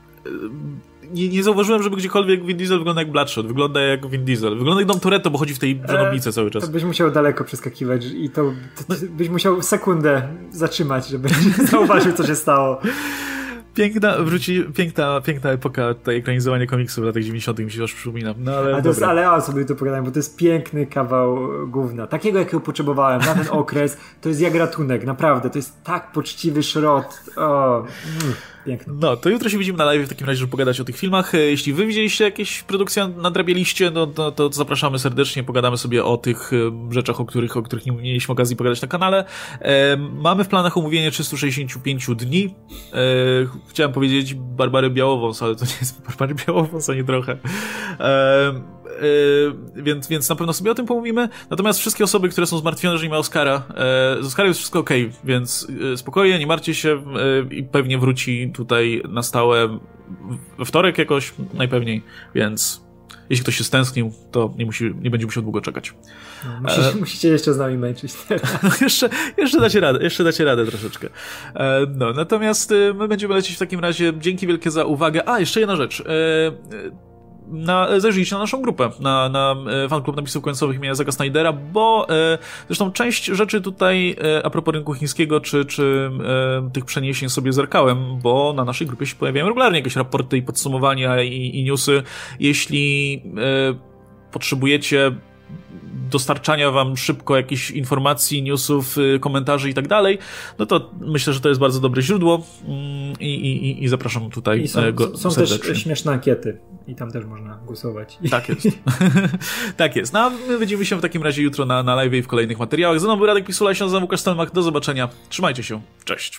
Nie, nie zauważyłem, żeby gdziekolwiek Vin Diesel wygląda jak Bloodshot. Wygląda jak Vin Diesel. Wygląda jak Dom Toretto, bo chodzi w tej żonownicy cały czas. To byś musiał daleko przeskakiwać i to, to, to byś musiał sekundę zatrzymać, żeby zauważył, co się stało. Piękna, wróci, piękna, piękna epoka tutaj ekranizowania komiksów w latach dziewięćdziesiątych mi się aż przypominam. No, ale, ale, to jest, ale ja sobie to pogadałem, bo to jest piękny kawał gówna. Takiego, jakiego potrzebowałem na ten okres. To jest jak ratunek, naprawdę. To jest tak poczciwy szrot. O, mm, piękny. No, to jutro się widzimy na live w takim razie, żeby pogadać o tych filmach. Jeśli wy widzieliście jakieś produkcje, nadrabialiście, no to, to zapraszamy serdecznie. Pogadamy sobie o tych rzeczach, o których, o których nie mieliśmy okazji pogadać na kanale. E, mamy w planach omówienie trzystu sześćdziesięciu pięciu dni. E, Chciałem powiedzieć Barbary Białowąs, ale to nie jest Barbary Białowąs, ani trochę. E, e, więc, więc na pewno sobie o tym pomówimy. Natomiast wszystkie osoby, które są zmartwione, że nie ma Oscara, e, z Oscarem jest wszystko okej, okay, więc e, spokojnie, nie martwcie się e, i pewnie wróci tutaj na stałe we wtorek jakoś, najpewniej, więc jeśli ktoś się stęsknił, to nie, musi, nie będzie musiał długo czekać. No, musicie, e... musicie jeszcze z nami męczyć teraz. No, jeszcze, jeszcze dacie radę, jeszcze dacie radę troszeczkę. E, no, natomiast my będziemy lecieć w takim razie. Dzięki wielkie za uwagę. A, jeszcze jedna rzecz. E, na, zajrzyjcie na naszą grupę, na, na fanklub napisów końcowych imienia Zacka Snydera, bo e, zresztą część rzeczy tutaj e, a propos rynku chińskiego, czy, czy e, tych przeniesień sobie zerkałem, bo na naszej grupie się pojawiają regularnie jakieś raporty i podsumowania i, i newsy. Jeśli e, potrzebujecie dostarczania wam szybko jakichś informacji, newsów, komentarzy i tak dalej, no to myślę, że to jest bardzo dobre źródło i, i, i zapraszam tutaj I są, go są serdecznie. też śmieszne ankiety i tam też można głosować. Tak jest. Tak jest. No a my widzimy się w takim razie jutro na, na live i w kolejnych materiałach. Ze mną był Radek Pisula, ja się nazywam Łukasz Stelmach. Do zobaczenia. Trzymajcie się. Cześć.